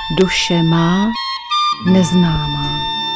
Duše má neznámá.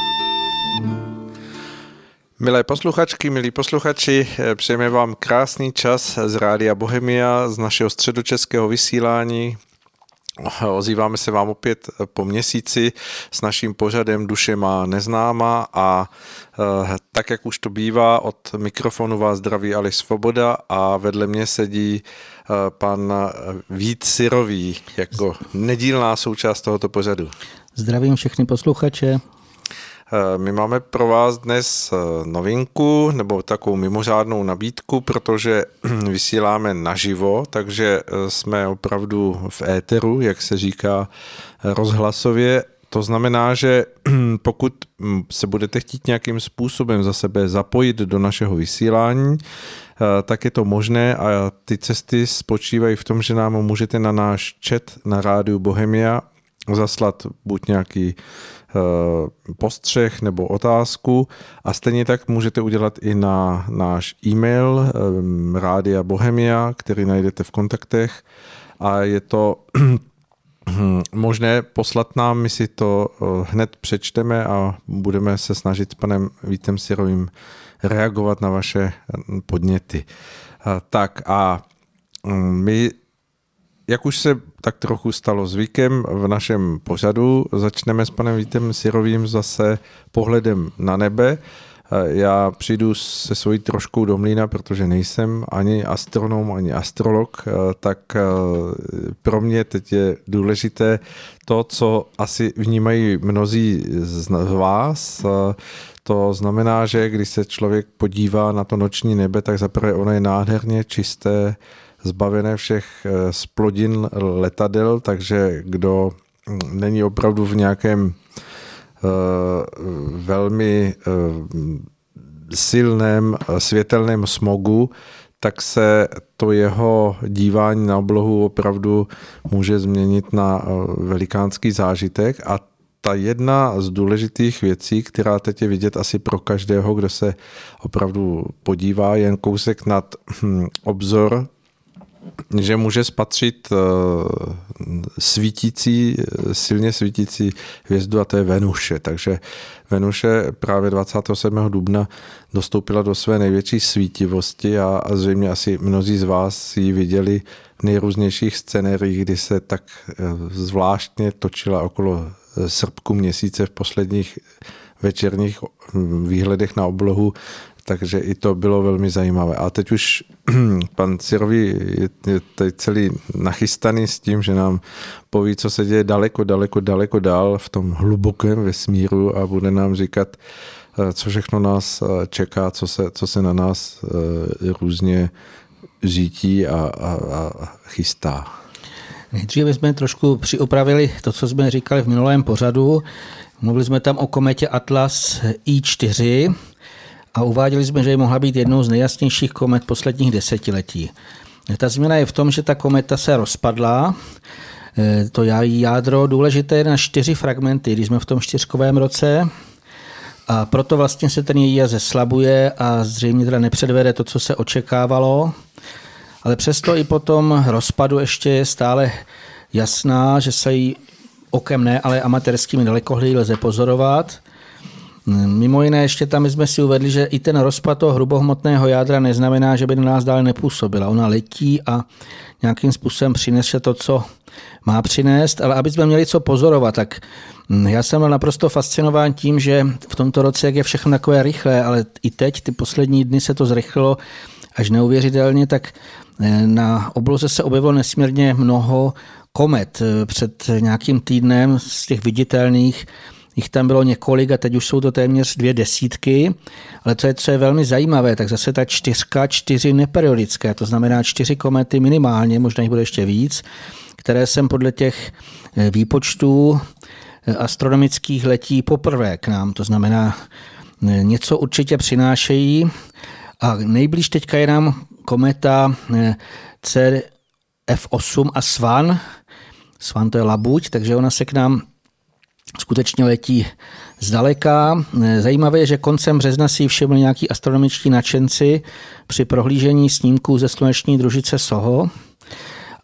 Milé posluchačky, milí posluchači, přejeme vám krásný čas z Rádia Bohemia, z našeho středočeského vysílání. Ozýváme se vám opět po měsíci s naším pořadem Duše má neznámá a tak, jak už to bývá, od mikrofonu vás zdraví Aleš Svoboda a vedle mě sedí pan Vít Syrový jako nedílná součást tohoto pořadu. Zdravím všechny posluchače. My máme pro vás dnes novinku nebo takovou mimořádnou nabídku, protože vysíláme naživo, takže jsme opravdu v éteru, jak se říká rozhlasově. To znamená, že pokud se budete chtít nějakým způsobem za sebe zapojit do našeho vysílání, tak je to možné a ty cesty spočívají v tom, že nám můžete na náš chat na Rádiu Bohemia zaslat buď nějaký postřeh nebo otázku a stejně tak můžete udělat i na náš e-mail Rádia Bohemia, který najdete v kontaktech a je to možné poslat nám, my si to hned přečteme a budeme se snažit s panem Vítem Syrovým reagovat na vaše podněty. Tak a my, jak už se tak trochu stalo zvykem v našem pořadu, začneme s panem Vítem Syrovým zase pohledem na nebe. Já přijdu se svojí troškou do mlýna, protože nejsem ani astronom, ani astrolog, tak pro mě teď je důležité to, co asi vnímají mnozí z vás. To znamená, že když se člověk podívá na to noční nebe, tak zaprvé ono je nádherně čisté, zbavené všech splodin letadel, takže kdo není opravdu v nějakém velmi silném světelném smogu, tak se to jeho dívání na oblohu opravdu může změnit na velikánský zážitek a ta jedna z důležitých věcí, která teď je vidět asi pro každého, kdo se opravdu podívá jen kousek nad obzor, že může spatřit silně svítící hvězdu a to je Venuše. Takže Venuše právě 27. dubna dostoupila do své největší svítivosti a zřejmě asi mnozí z vás ji viděli v nejrůznějších scenériích, kdy se tak zvláštně točila okolo srpku měsíce v posledních večerních výhledech na oblohu, takže i to bylo velmi zajímavé. A teď už pan Syrový je tady celý nachystaný s tím, že nám poví, co se děje daleko dál v tom hlubokém vesmíru a bude nám říkat, co všechno nás čeká, co se na nás různě řítí a chystá. Nejdříve jsme trošku přiopravili to, co jsme říkali v minulém pořadu. Mluvili jsme tam o kometě Atlas I4 a uváděli jsme, že mohla být jednou z nejjasnějších komet posledních desetiletí. Ta změna je v tom, že ta kometa se rozpadla. To jádro důležité je na 4 fragmenty, když jsme v tom 4kovém roce. A proto vlastně se ten její jaz zeslabuje a zřejmě teda nepředvede to, co se očekávalo. Ale přesto i po tom rozpadu ještě je stále jasná, že se jí okem ne, ale amatérskými dalekohledy lze pozorovat. Mimo jiné ještě tam jsme si uvedli, že i ten rozpad toho hrubohmotného jádra neznamená, že by na nás dále nepůsobila. Ona letí a nějakým způsobem přinese to, co má přinést, ale aby jsme měli co pozorovat, tak já jsem byl naprosto fascinován tím, že v tomto roce, jak je všechno takové rychlé, ale i teď, ty poslední dny se to zrychlilo až neuvěřitelně, tak na obloze se objevilo nesmírně mnoho komet. Před nějakým týdnem z těch viditelných jich tam bylo několik a teď už jsou to téměř 200, ale to je, co je velmi zajímavé, tak zase ta 4 neperiodické, to znamená 4 komety minimálně, možná jich bude ještě víc, které jsem podle těch výpočtů astronomických letí poprvé k nám, to znamená něco určitě přinášejí a nejblíž teďka je nám kometa CF8 a Svan. Svan to je labuť, takže ona se k nám skutečně letí zdaleka. Zajímavé je, že koncem března si všimli nějaký astronomičtí nadšenci při prohlížení snímků ze sluneční družice SOHO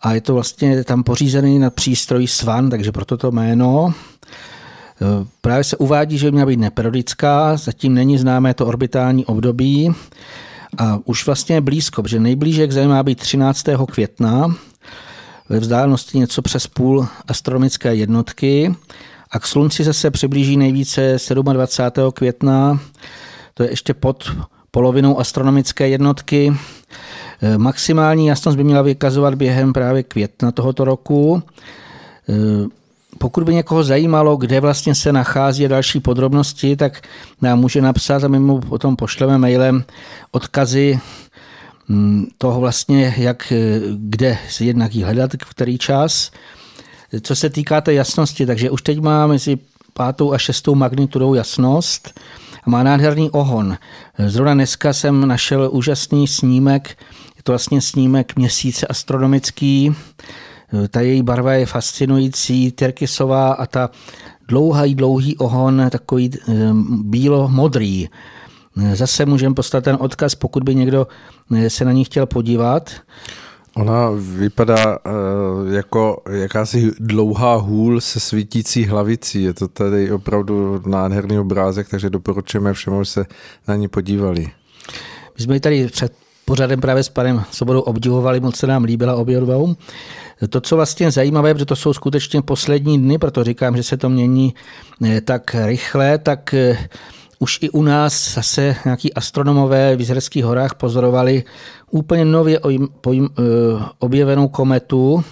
a je to vlastně tam pořízený na přístroj SWAN, takže proto to jméno. Právě se uvádí, že by měla být neperiodická, zatím není známé to orbitální období a už vlastně je blízko, protože nejblíže k Zemi má být 13. května, ve vzdálenosti něco přes půl astronomické jednotky a k Slunci se přiblíží nejvíce 27. května, to je ještě pod polovinou astronomické jednotky. Maximální jasnost by měla vykazovat během právě května tohoto roku. Pokud by někoho zajímalo, kde vlastně se nachází a další podrobnosti, tak nám může napsat a my mu potom pošleme mailem odkazy toho vlastně, kde se jednak jí hledat, v který čas. Co se týká té jasnosti, takže už teď má mezi 5. a 6. magnitudou jasnost a má nádherný ohon. Zrovna dneska jsem našel úžasný snímek, je to vlastně snímek měsíce astronomický. Ta její barva je fascinující, terkysová a ta dlouhý ohon takový bílo-modrý. Zase můžeme poslat ten odkaz, pokud by někdo se na ní chtěl podívat. Ona vypadá jako jakási dlouhá hůl se svítící hlavicí. Je to tady opravdu nádherný obrázek, takže doporučujeme všem, aby se na ní podívali. My jsme ji tady před pořadem právě s panem Svobodou obdivovali, moc se nám líbila obě dvou. To, co vlastně zajímavé, protože to jsou skutečně poslední dny, proto říkám, že se to mění tak rychle, tak už i u nás zase nějaký astronomové v Jizerských horách pozorovali úplně nově objevenou kometu.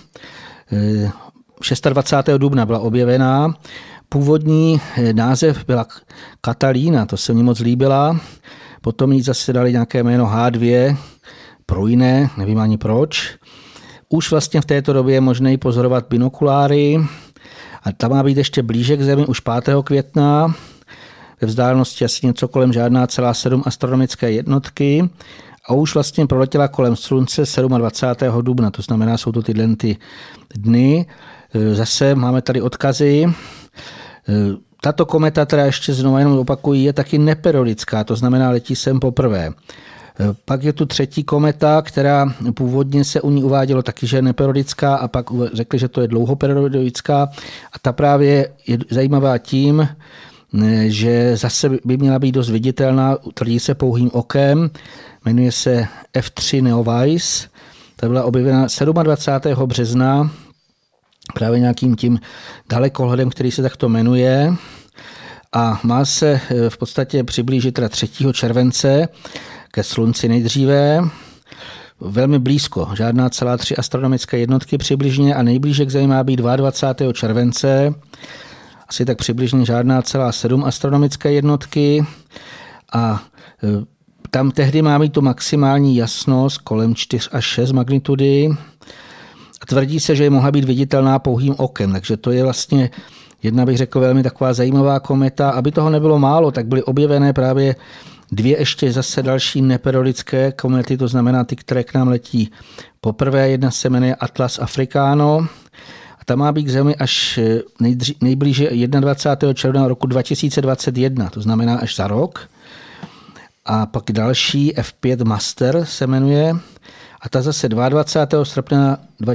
26. dubna byla objevená. Původní název byla Katalína, to se mi moc líbila. Potom jí zase dali nějaké jméno H2, Prujné, nevím ani proč. Už vlastně v této době je možné ji pozorovat binokuláry a ta má být ještě blíže k Zemi už 5. května. Ve vzdálenosti asi něco kolem 0,7 astronomické jednotky a už vlastně proletěla kolem Slunce 27. dubna, to znamená, jsou to tyhle dny. Zase máme tady odkazy. Tato kometa, která ještě znovu jenom opakují, je taky neperiodická, to znamená, letí sem poprvé. Pak je tu třetí kometa, která původně se u ní uvádělo taky, že je neperiodická a pak řekli, že to je dlouhoperiodická a ta právě je zajímavá tím, že zase by měla být dost viditelná, tvrdí se pouhým okem, jmenuje se F3 Neowise, ta byla objevena 27. března právě nějakým tím dalekohledem, který se takto jmenuje a má se v podstatě přiblížit teda 3. července ke Slunci nejdříve, velmi blízko, žádná celá 3 astronomické jednotky přibližně a nejblíže k Zemi má být 22. července, asi tak přibližně žádná celá 7 astronomické jednotky a tam tehdy má mít tu maximální jasnost kolem 4 až 6 magnitudy a tvrdí se, že je mohla být viditelná pouhým okem, takže to je vlastně jedna, bych řekl, velmi taková zajímavá kometa. Aby toho nebylo málo, tak byly objevené právě 2 ještě zase další neperiodické komety, to znamená ty, které k nám letí poprvé. Jedna se jmenuje Atlas Africano a ta má být k Zemi až nejblíže 21. června roku 2021, to znamená až za rok. A pak další F5 Master se jmenuje a ta zase 22. srpna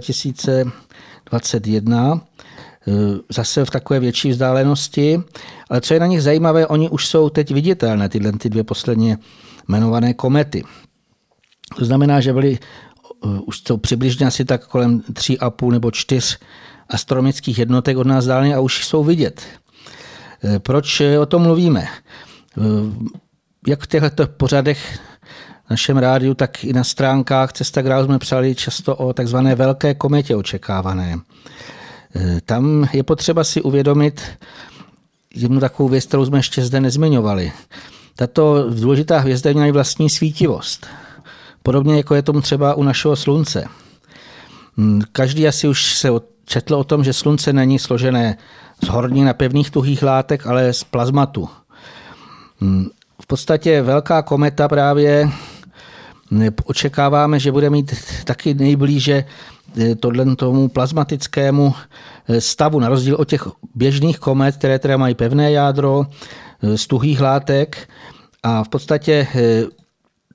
2021, zase v takové větší vzdálenosti. Ale co je na nich zajímavé, oni už jsou teď viditelné, ty 2 posledně jmenované komety. To znamená, že byly už jsou přibližně asi tak kolem 3,5 nebo 4 astronomických jednotek od nás dálně a už jsou vidět. Proč o tom mluvíme? Jak v těchto pořadech v našem rádiu, tak i na stránkách Cesta k rázu jsme psali často o takzvané velké kometě očekávané. Tam je potřeba si uvědomit jednu takovou věc, kterou jsme ještě zde nezmiňovali. Tato důležitá hvězda měla vlastní svítivost. Podobně jako je tomu třeba u našeho Slunce. Každý asi už se četl o tom, že Slunce není složené z horně napevných tuhých látek, ale z plazmatu. V podstatě velká kometa právě očekáváme, že bude mít taky nejblíže tomu plazmatickému stavu, na rozdíl od těch běžných komet, které teda mají pevné jádro z tuhých látek a v podstatě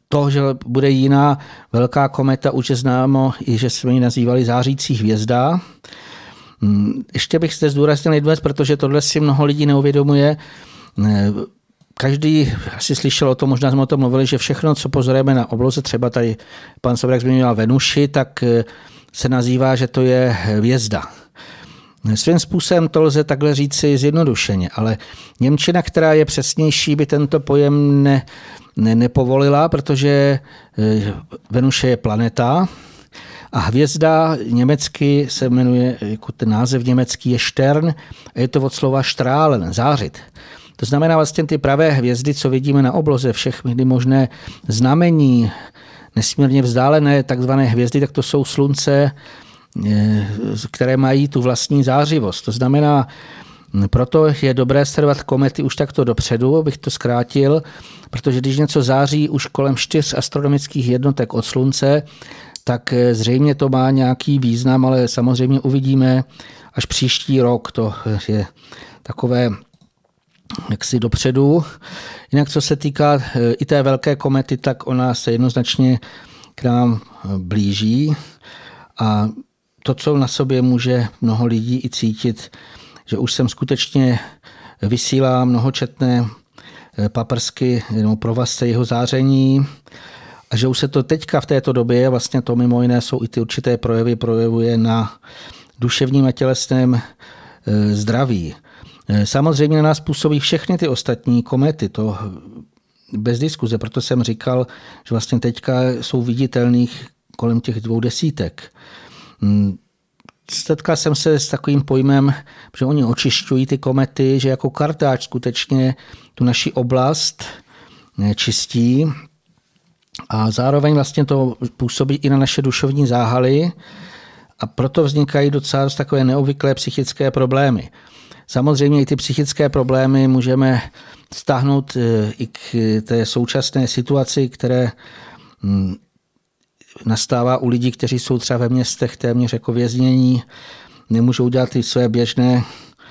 to, že bude jiná velká kometa, už je známo, i že jsme ji nazývali zářící hvězda. Ještě bych zde zdůraznil jednu věc, protože tohle si mnoho lidí neuvědomuje. Každý asi slyšel o tom, možná jsme o tom mluvili, že všechno, co pozorujeme na obloze, třeba tady pan Sobrák zmiňoval Venuši, tak se nazývá, že to je hvězda. Svým způsobem to lze takhle říci zjednodušeně, ale němčina, která je přesnější, by tento pojem nepovolila, protože Venuše je planeta a hvězda německy se jmenuje, jako ten název německý je Stern a je to od slova strahlen, zářit. To znamená vlastně ty pravé hvězdy, co vidíme na obloze, všechny možné znamení, nesmírně vzdálené takzvané hvězdy, tak to jsou slunce, které mají tu vlastní zářivost. To znamená, proto je dobré sledovat komety už takto dopředu, abych to zkrátil, protože když něco září už kolem 4 astronomických jednotek od slunce, tak zřejmě to má nějaký význam, ale samozřejmě uvidíme až příští rok. To je takové jaksi dopředu. Jinak co se týká i té velké komety, tak ona se jednoznačně k nám blíží a to, co na sobě může mnoho lidí i cítit, že už sem skutečně vysílá mnohočetné paprsky nebo provazce jeho záření a že už se to teďka v této době, vlastně to mimo jiné jsou i ty určité projevuje na duševním a tělesném zdraví. Samozřejmě na nás působí všechny ty ostatní komety, to bez diskuze, proto jsem říkal, že vlastně teďka jsou viditelných kolem těch 200. Setkal jsem se s takovým pojmem, že oni očišťují ty komety, že jako kartáč skutečně tu naši oblast čistí a zároveň vlastně to působí i na naše duševní záhaly a proto vznikají docela takové neobvyklé psychické problémy. Samozřejmě i ty psychické problémy můžeme stáhnout i k té současné situaci, které nastává u lidí, kteří jsou třeba ve městech téměř jako věznění, nemůžou dělat ty své běžné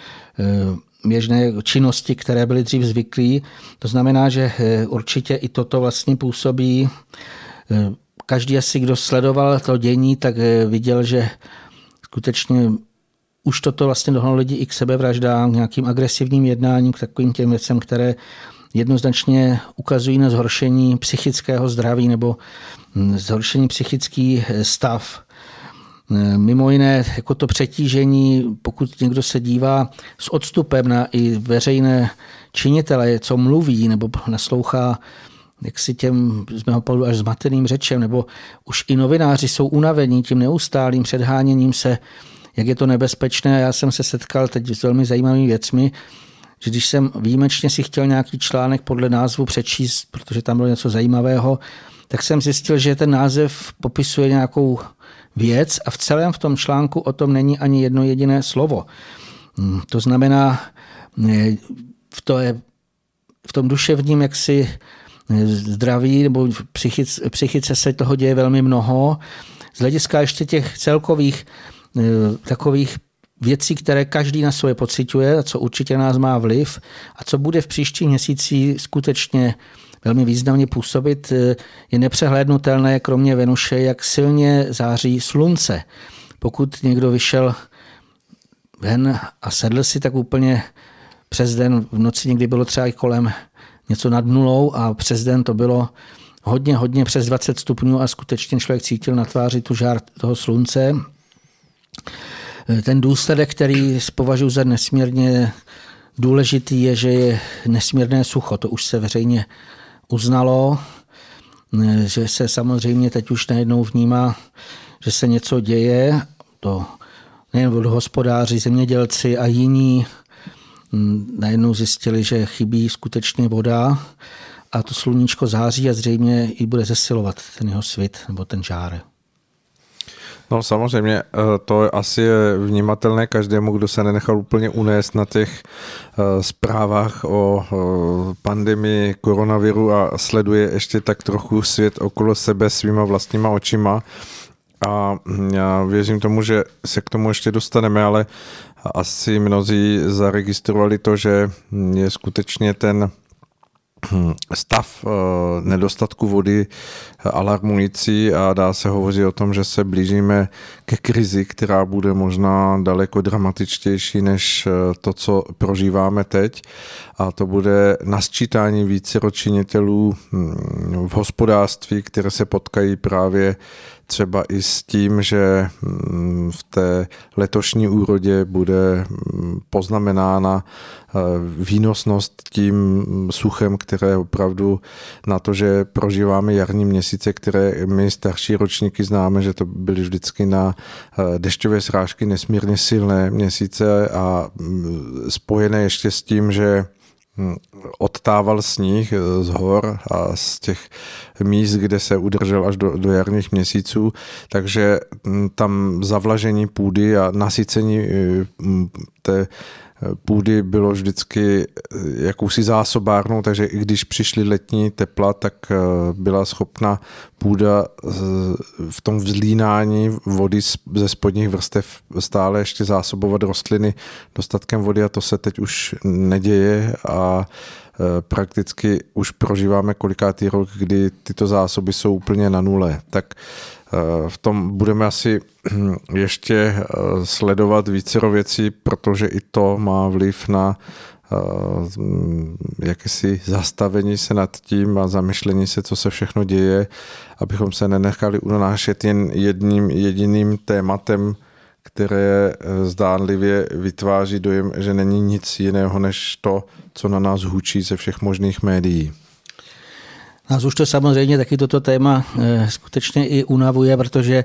činnosti, které byly dřív zvyklí. To znamená, že určitě i toto vlastně působí. Každý asi, kdo sledoval to dění, tak viděl, že skutečně už toto vlastně dohnalo lidi i k sebevraždám, k nějakým agresivním jednáním, k takovým těm věcem, které jednoznačně ukazují na zhoršení psychického zdraví nebo zhoršení psychický stav. Mimo jiné, jako to přetížení, pokud někdo se dívá s odstupem na i veřejné činitele, co mluví, nebo naslouchá jak si těm z mého pohledu až zmateným řečem, nebo už i novináři jsou unavení tím neustálým předháněním se, jak je to nebezpečné. Já jsem se setkal teď s velmi zajímavými věcmi, že když jsem výjimečně si chtěl nějaký článek podle názvu přečíst, protože tam bylo něco zajímavého, tak jsem zjistil, že ten název popisuje nějakou věc a v celém v tom článku o tom není ani jedno jediné slovo. To znamená, v tom duševním jaksi zdraví nebo v psychice se toho děje velmi mnoho. Z hlediska ještě těch celkových takových věcí, které každý na sobě pociťuje a co určitě nás má vliv a co bude v příštích měsících skutečně velmi významně působit, je nepřehlédnutelné, kromě Venuše, jak silně září slunce. Pokud někdo vyšel ven a sedl si, tak úplně přes den, v noci někdy bylo třeba i kolem něco nad nulou a přes den to bylo hodně přes 20 stupňů a skutečně člověk cítil na tváři tu žár toho slunce. Ten důsledek, který považuji za nesmírně důležitý, je, že je nesmírné sucho. To už se veřejně uznalo, že se samozřejmě teď už najednou vnímá, že se něco děje. To nejen vodohospodáři, zemědělci a jiní najednou zjistili, že chybí skutečně voda a to sluníčko září a zřejmě i bude zesilovat ten jeho svit nebo ten žár. No samozřejmě, to asi je vnímatelné každému, kdo se nenechal úplně unést na těch zprávách o pandemii koronaviru a sleduje ještě tak trochu svět okolo sebe svýma vlastníma očima. A já věřím tomu, že se k tomu ještě dostaneme, ale asi mnozí zaregistrovali to, že je skutečně ten stav nedostatku vody alarmující a dá se hovořit o tom, že se blížíme ke krizi, která bude možná daleko dramatičtější než to, co prožíváme teď. A to bude nasčítání vícero činitelů v hospodářství, které se potkají právě třeba i s tím, že v té letošní úrodě bude poznamenána výnosnost tím suchem, které opravdu na to, že prožíváme jarní měsíce, které my starší ročníky známe, že to byly vždycky na dešťové srážky nesmírně silné měsíce a spojené ještě s tím, že odtával sníh z hor a z těch míst, kde se udržel až do jarních měsíců, takže tam zavlažení půdy a nasycení té půdy bylo vždycky jakousi zásobárnou, takže i když přišly letní tepla, tak byla schopna půda v tom vzlínání vody ze spodních vrstev stále ještě zásobovat rostliny dostatkem vody a to se teď už neděje a prakticky už prožíváme kolikátý rok, kdy tyto zásoby jsou úplně na nule. Tak v tom budeme asi ještě sledovat vícero věcí, protože i to má vliv na jakési zastavení se nad tím a zamyšlení se, co se všechno děje, abychom se nenechali unášet jen jedním jediným tématem, které zdánlivě vytváří dojem, že není nic jiného než to, co na nás hučí ze všech možných médií. Nás už to samozřejmě taky toto téma skutečně i unavuje, protože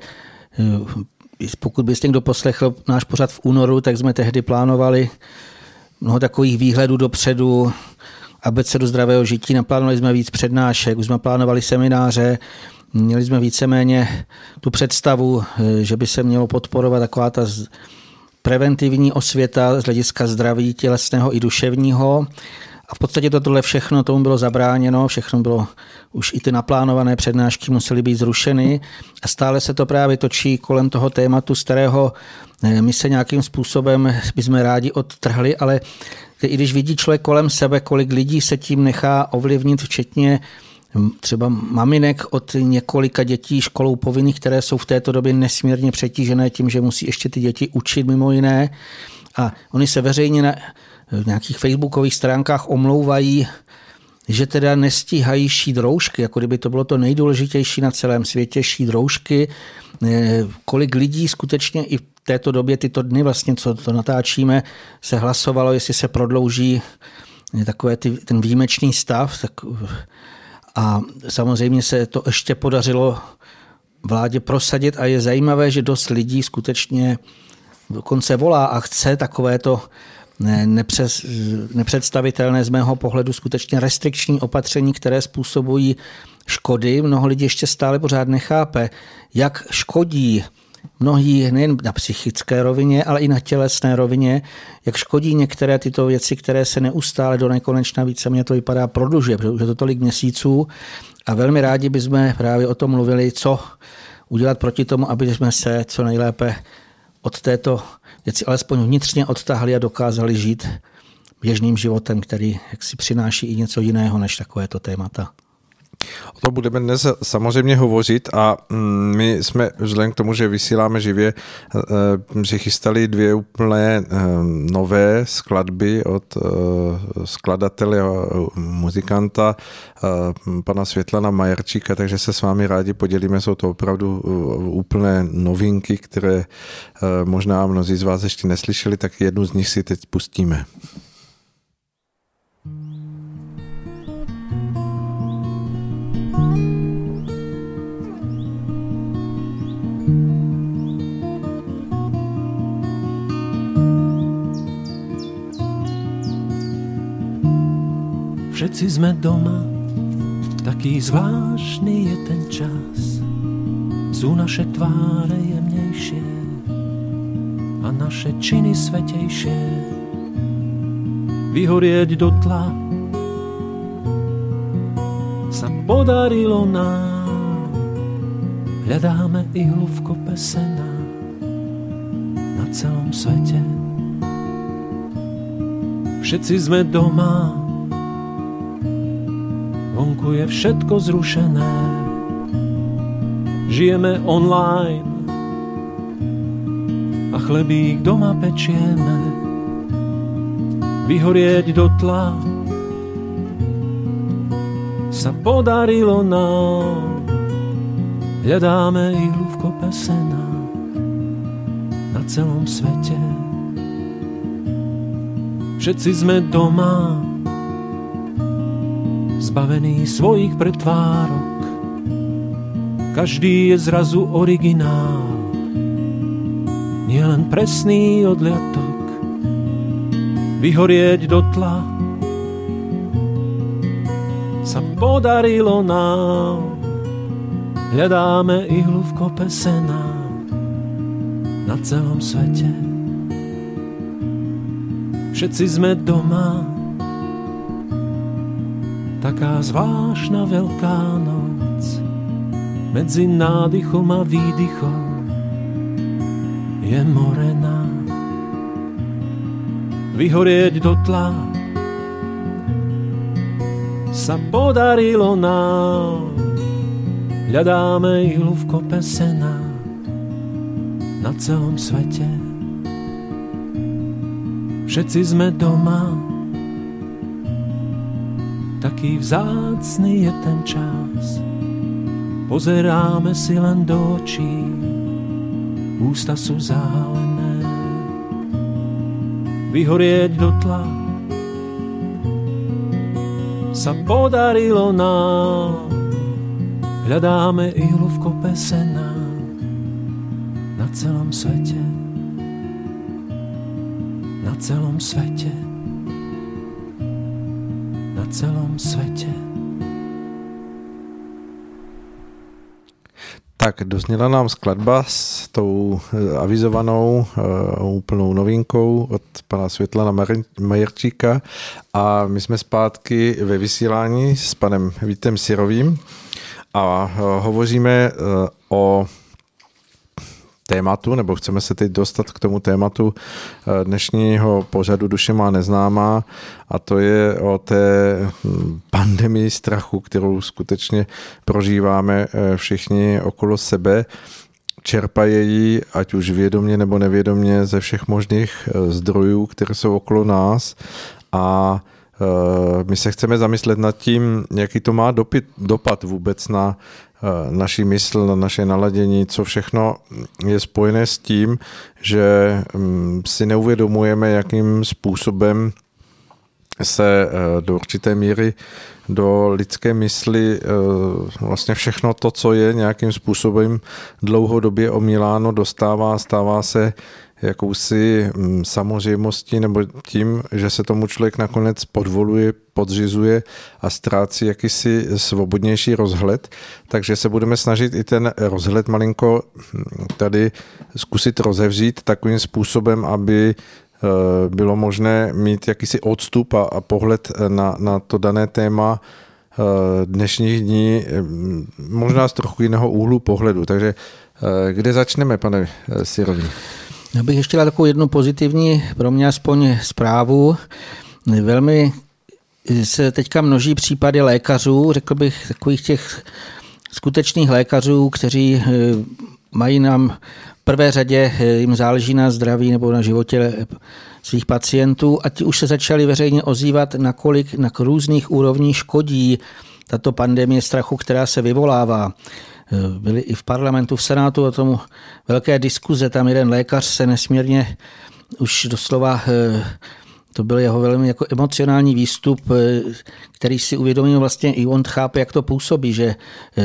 pokud byste někdo poslechl náš pořad v únoru, tak jsme tehdy plánovali mnoho takových výhledů dopředu, abecedu zdravého žití, naplánovali jsme víc přednášek, už jsme plánovali semináře, měli jsme víceméně tu představu, že by se mělo podporovat taková ta preventivní osvěta z hlediska zdraví tělesného i duševního. A v podstatě tohle všechno, tomu bylo zabráněno, všechno bylo, už i ty naplánované přednášky musely být zrušeny a stále se to právě točí kolem toho tématu, z kterého my se nějakým způsobem bychom rádi odtrhli, ale i když vidí člověk kolem sebe, kolik lidí se tím nechá ovlivnit, včetně třeba maminek od několika dětí školou povinných, které jsou v této době nesmírně přetížené tím, že musí ještě ty děti učit mimo jiné a oni se veřejně na nějakých facebookových stránkách omlouvají, že teda nestíhají šít roušky, jako kdyby to bylo to nejdůležitější na celém světě, šít roušky. Kolik lidí skutečně i v této době, tyto dny vlastně, co to natáčíme, se hlasovalo, jestli se prodlouží takové ten výjimečný stav. A samozřejmě se to ještě podařilo vládě prosadit a je zajímavé, že dost lidí skutečně dokonce volá a chce takovéto nepředstavitelné z mého pohledu skutečně restrikční opatření, které způsobují škody. Mnoho lidí ještě stále pořád nechápe, jak škodí mnohý nejen na psychické rovině, ale i na tělesné rovině, jak škodí některé tyto věci, které se neustále do nekonečna víceméně to vypadá prodlužuje, protože už je to tolik měsíců a velmi rádi bychom právě o tom mluvili, co udělat proti tomu, aby jsme se co nejlépe od této věci alespoň vnitřně odtahli a dokázali žít běžným životem, který jaksi přináší i něco jiného než takovéto témata. O tom budeme dnes samozřejmě hovořit a my jsme vzhledem k tomu, že vysíláme živě, přichystali 2 úplně nové skladby od skladatele a muzikanta pana Světlana Majerčíka, takže se s vámi rádi podělíme. Jsou to opravdu úplné novinky, které možná mnozí z vás ještě neslyšeli, tak jednu z nich si teď pustíme. Všetci sme doma, taký zvláštny je ten čas. Sú naše tváre jemnejšie a naše činy svetejšie. Vyhorieť do tla sa podarilo nám. Hľadáme ihlu v kope sena na celom svete. Všetci sme doma, vonku je všetko zrušené. Žijeme online a chlebík doma pečieme. Vyhorieť do tla sa podarilo nám. Hľadáme ihlu v kope sena na celom svete. Všetci sme doma, zbavení svojich pretvárok. Každý je zrazu originál, nielen presný odliatok. Vyhorieť do tla sa podarilo nám. Hľadáme ihlu v kope sena na celom svete. Všetci sme doma, taká zvláštna veľká noc. Medzi nádychom a výdychom je morená. Vyhorieť do tla sa podarilo nám. Hľadáme ihlu v kope sena na celom svete. Všetci sme doma, taký vzácny je ten čas. Pozeráme si len do očí, ústa sú zahalené. Vyhorieť do tla sa podarilo nám. Hľadáme ihlu v kope sena na celom svete. Na celom svete. Na celom svete. Tak dozněla nám skladba s tou avizovanou úplnou novinkou od pana Světlana Majerčíka a my jsme zpátky ve vysílání s panem Vítem Syrovým a hovoříme o tématu, nebo chceme se teď dostat k tomu tématu dnešního pořadu Duše má neznámá a to je o té pandemii strachu, kterou skutečně prožíváme všichni okolo sebe. Čerpají ji, ať už vědomě nebo nevědomě, ze všech možných zdrojů, které jsou okolo nás a my se chceme zamyslet nad tím, jaký to má dopad vůbec na naši mysl, na naše naladění, co všechno je spojené s tím, že si neuvědomujeme, jakým způsobem se do určité míry do lidské mysli vlastně všechno to, co je nějakým způsobem dlouhodobě omíláno, dostává, stává se jakousi samozřejmostí nebo tím, že se tomu člověk nakonec podvoluje, podřizuje a ztrácí jakýsi svobodnější rozhled. Takže se budeme snažit i ten rozhled malinko tady zkusit rozevřít takovým způsobem, aby bylo možné mít jakýsi odstup a pohled na to dané téma dnešních dní, možná z trochu jiného úhlu pohledu. Takže kde začneme, pane Syrový? Já bych ještě dal takovou jednu pozitivní, pro mě aspoň zprávu. Velmi se teďka množí případy lékařů, řekl bych takových těch skutečných lékařů, kteří mají nám v prvé řadě, jim záleží na zdraví nebo na životě svých pacientů a ti už se začali veřejně ozývat, nakolik na různých úrovních škodí tato pandemie strachu, která se vyvolává. Byli i v parlamentu, v Senátu o tomu velké diskuze. Tam jeden lékař se nesmírně už doslova, to byl jeho velmi jako emocionální výstup, který si uvědomil vlastně i on chápe, jak to působí, že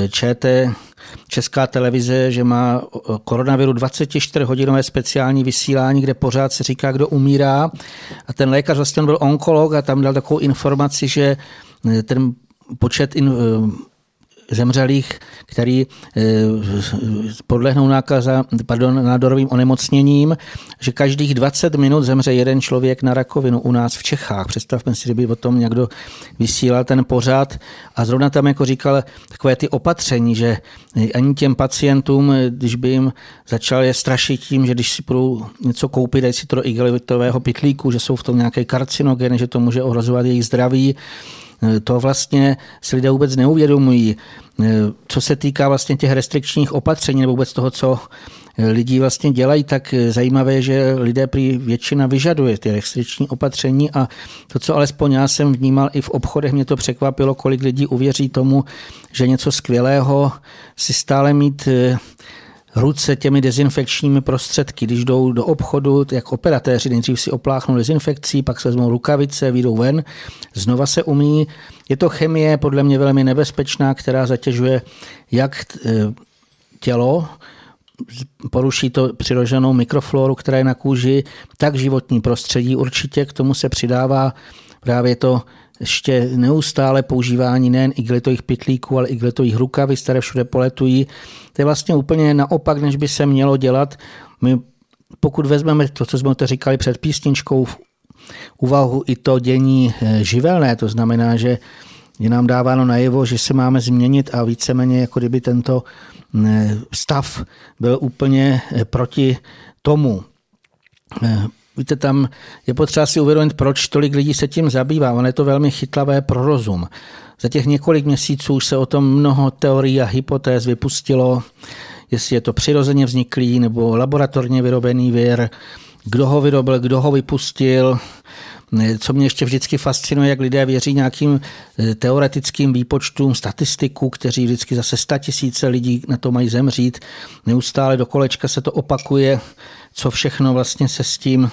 Česká televize, že má koronaviru 24-hodinové speciální vysílání, kde pořád se říká, kdo umírá. A ten lékař vlastně byl onkolog a tam dal takovou informaci, že ten počet zemřelých, který podlehnou nádorovým onemocněním, že každých 20 minut zemře jeden člověk na rakovinu u nás v Čechách. Představme si, kdyby o tom někdo vysílal ten pořad a zrovna tam jako říkal takové ty opatření, že ani těm pacientům, když by jim začal je strašit tím, že když si budou něco koupit, dají si to do igelitového pytlíku, že jsou v tom nějaké karcinogeny, že to může ohrožovat jejich zdraví, To vlastně si lidé vůbec neuvědomují. Co se týká vlastně těch restrikčních opatření nebo vůbec toho, co lidi vlastně dělají, tak zajímavé je, že lidé prý většina vyžaduje ty restrikční opatření a to, co alespoň já jsem vnímal i v obchodech, mě to překvapilo, kolik lidí uvěří tomu, že něco skvělého si stále mít ruce těmi dezinfekčními prostředky. Když jdou do obchodu, jak operatéři, nejdřív si opláchnou dezinfekcí, pak se vezmou rukavice, vyjdou ven, znova se umí. Je to chemie podle mě velmi nebezpečná, která zatěžuje jak tělo, poruší to přirozenou mikrofloru, která je na kůži, tak životní prostředí. Určitě k tomu se přidává právě to ještě neustále používání nejen igelitových pytlíků, ale igelitových rukavic, které všude poletují. To je vlastně úplně naopak, než by se mělo dělat. My, pokud vezmeme to, co jsme to říkali před písničkou, v úvahu i to dění živelné, to znamená, že je nám dáváno najevo, že se máme změnit a víceméně jako kdyby tento stav byl úplně proti tomu. Víte, tam je potřeba si uvědomit, proč tolik lidí se tím zabývá. Ono je to velmi chytlavé pro rozum. Za těch několik měsíců už se o tom mnoho teorií a hypotéz vypustilo, jestli je to přirozeně vzniklý nebo laboratorně vyrobený vir, kdo ho vyrobil, kdo ho vypustil. Co mě ještě vždycky fascinuje, jak lidé věří nějakým teoretickým výpočtům statistiků, kteří vždycky zase 100 000 lidí na to mají zemřít. Neustále do kolečka se to opakuje, co všechno vlastně se s tím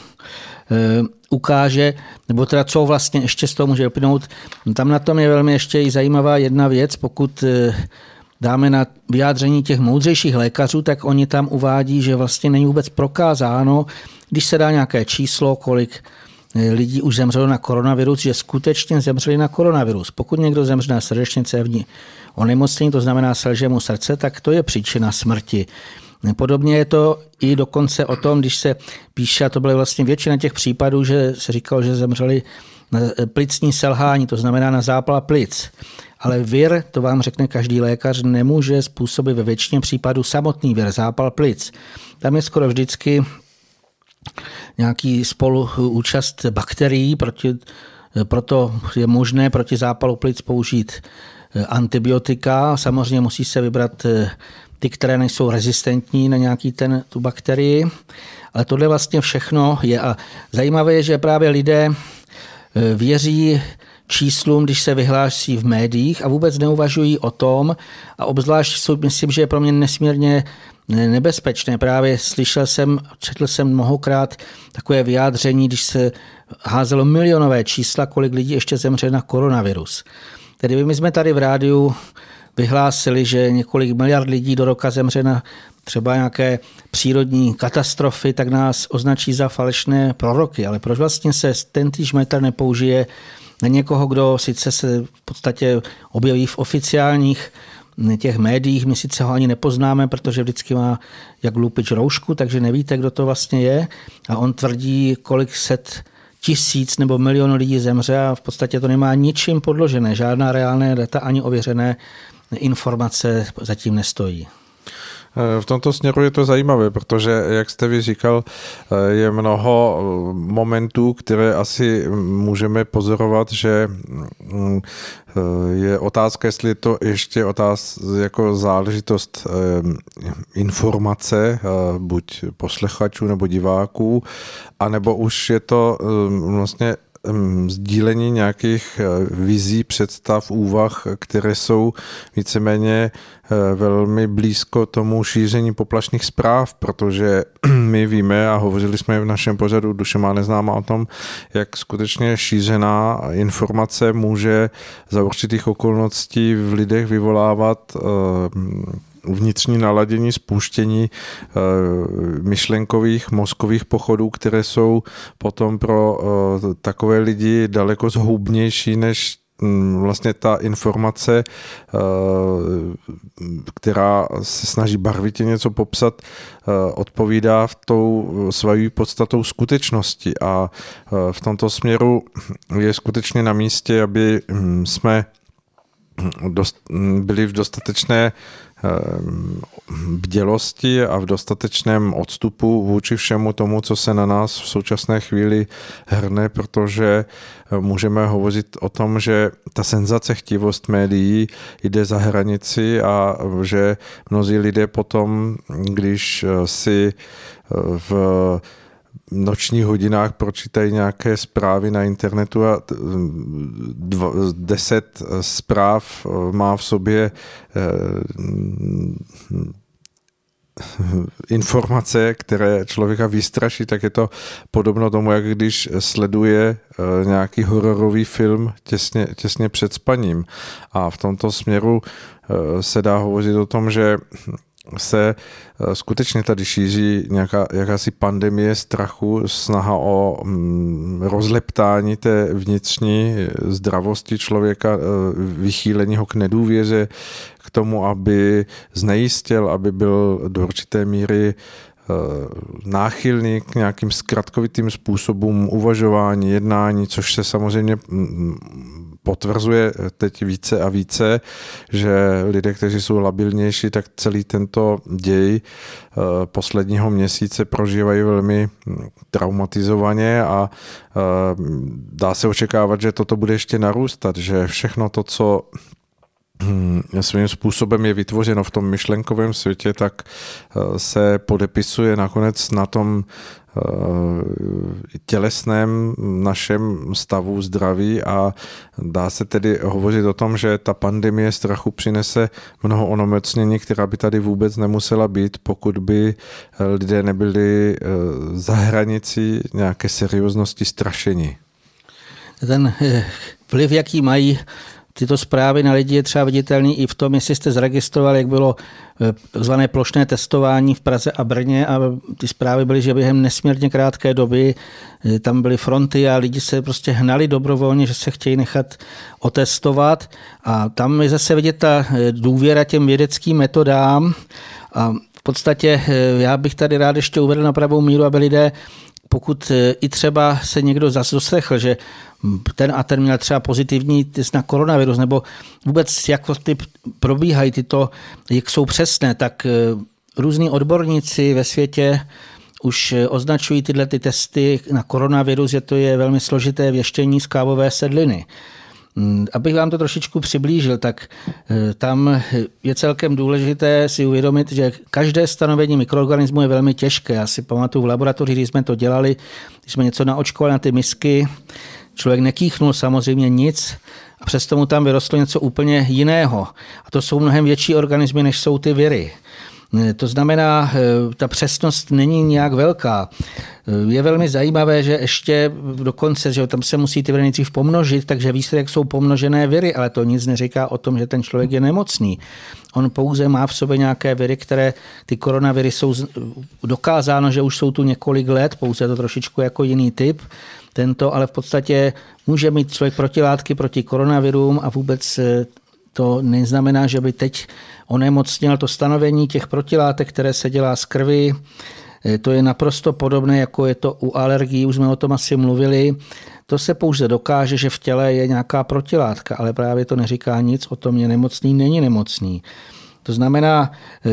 ukáže, nebo teda co vlastně ještě z toho může vyplynout. Tam na tom je velmi ještě i zajímavá jedna věc, pokud dáme na vyjádření těch moudřejších lékařů, tak oni tam uvádí, že vlastně není vůbec prokázáno, když se dá nějaké číslo, kolik lidí už zemřelo na koronavirus, že skutečně zemřeli na koronavirus. Pokud někdo zemře na srdečně cévní onemocnění, to znamená selže mu srdce, tak to je příčina smrti. Podobně je to i dokonce o tom, když se píše, a to byla vlastně většina těch případů, že se říkalo, že zemřeli na plicní selhání, to znamená na zápal plic. Ale vir, to vám řekne každý lékař, nemůže způsobit ve většině případů samotný vir, zápal plic. Tam je skoro vždycky nějaký spoluúčast bakterií, proto je možné proti zápalu plic použít antibiotika. Samozřejmě musí se vybrat ty, které nejsou rezistentní na nějaký tu bakterii. Ale tohle vlastně všechno je. A zajímavé je, že právě lidé věří číslům, když se vyhlásí v médiích a vůbec neuvažují o tom, a obzvlášť myslím, že je pro mě nesmírně nebezpečné. Právě četl jsem mnohokrát takové vyjádření, když se házelo milionové čísla, kolik lidí ještě zemře na koronavirus. Tedy my jsme tady v rádiu vyhlásili, že několik miliard lidí do roka zemře na třeba nějaké přírodní katastrofy, tak nás označí za falešné proroky. Ale proč vlastně se tentýž metr nepoužije na někoho, kdo sice se v podstatě objeví v oficiálních těch médiích, my sice ho ani nepoznáme, protože vždycky má jak lupič roušku, takže nevíte, kdo to vlastně je. A on tvrdí, kolik set tisíc nebo milionů lidí zemře a v podstatě to nemá ničím podložené. Žádná reálné data ani ověřené informace zatím nestojí. V tomto směru je to zajímavé, protože, jak jste vy říkal, je mnoho momentů, které asi můžeme pozorovat, že je otázka, jestli je to ještě jako záležitost informace, buď posluchačů nebo diváků, anebo už je to vlastně sdílení nějakých vizí, představ, úvah, které jsou víceméně velmi blízko tomu šíření poplašných zpráv, protože my víme a hovořili jsme v našem pořadu Duše má neznámá o tom, jak skutečně šířená informace může za určitých okolností v lidech vyvolávat vnitřní naladění, spuštění myšlenkových, mozkových pochodů, které jsou potom pro takové lidi daleko zhoubnější než vlastně ta informace, která se snaží barvitě něco popsat, odpovídá v tou svojí podstatou skutečnosti. A v tomto směru je skutečně na místě, aby jsme byli v dostatečné bdělosti a v dostatečném odstupu vůči všemu tomu, co se na nás v současné chvíli hrne, protože můžeme hovořit o tom, že ta senzacechtivost médií jde za hranici a že mnozí lidé potom, když si v nočních hodinách pročítají nějaké zprávy na internetu a 10 zpráv má v sobě informace, které člověka vystraší, tak je to podobno tomu, jak když sleduje nějaký hororový film těsně před spaním. A v tomto směru se dá hovořit o tom, že se skutečně tady šíří jakási pandemie strachu, snaha o rozleptání té vnitřní zdravosti člověka, vychýlení ho k nedůvěře, k tomu, aby znejistil, aby byl do určité míry náchylný k nějakým zkratkovitým způsobům uvažování, jednání, což se samozřejmě potvrzuje teď více a více, že lidé, kteří jsou labilnější, tak celý tento děj posledního měsíce prožívají velmi traumatizovaně a dá se očekávat, že toto bude ještě narůstat, že všechno to, co svým způsobem je vytvořeno v tom myšlenkovém světě, tak se podepisuje nakonec na tom tělesném našem stavu zdraví a dá se tedy hovořit o tom, že ta pandemie strachu přinese mnoho onemocnění, která by tady vůbec nemusela být, pokud by lidé nebyli za hranicí nějaké serióznosti strašení. Ten vliv, jaký mají tyto zprávy na lidi, je třeba viditelný i v tom, jestli jste zaregistrovali, jak bylo takzvané plošné testování v Praze a Brně a ty zprávy byly, že během nesmírně krátké doby tam byly fronty a lidi se prostě hnali dobrovolně, že se chtějí nechat otestovat a tam je zase vidět ta důvěra těm vědeckým metodám a v podstatě já bych tady rád ještě uvedl na pravou míru, aby lidé, pokud i třeba se někdo zase doslechl, že ten a ten měl třeba pozitivní test na koronavirus, nebo vůbec jak ty probíhají tyto, jak jsou přesné, tak různí odborníci ve světě už označují tyhle ty testy na koronavirus, že to je velmi složité věštění z kávové sedliny. Abych vám to trošičku přiblížil, tak tam je celkem důležité si uvědomit, že každé stanovení mikroorganismu je velmi těžké. Já si pamatuju v laboratoři, když jsme to dělali, když jsme něco naočkovali na ty misky, člověk nekýchnul samozřejmě nic a přesto mu tam vyrostlo něco úplně jiného. A to jsou mnohem větší organismy, než jsou ty viry. To znamená, ta přesnost není nějak velká. Je velmi zajímavé, že ještě dokonce, že tam se musí ty viry nejdřív pomnožit, takže výsledek jsou pomnožené viry, ale to nic neříká o tom, že ten člověk je nemocný. On pouze má v sobě nějaké viry, které ty koronaviry jsou dokázáno, že už jsou tu několik let, pouze je to trošičku jako jiný typ. Tento, ale v podstatě může mít člověk protilátky proti koronavirům a vůbec to neznamená, že by teď onemocněl. To stanovení těch protilátek, které se dělá z krvi, to je naprosto podobné, jako je to u alergií, už jsme o tom asi mluvili. To se pouze dokáže, že v těle je nějaká protilátka, ale právě to neříká nic o tom, je nemocný, není nemocný. To znamená,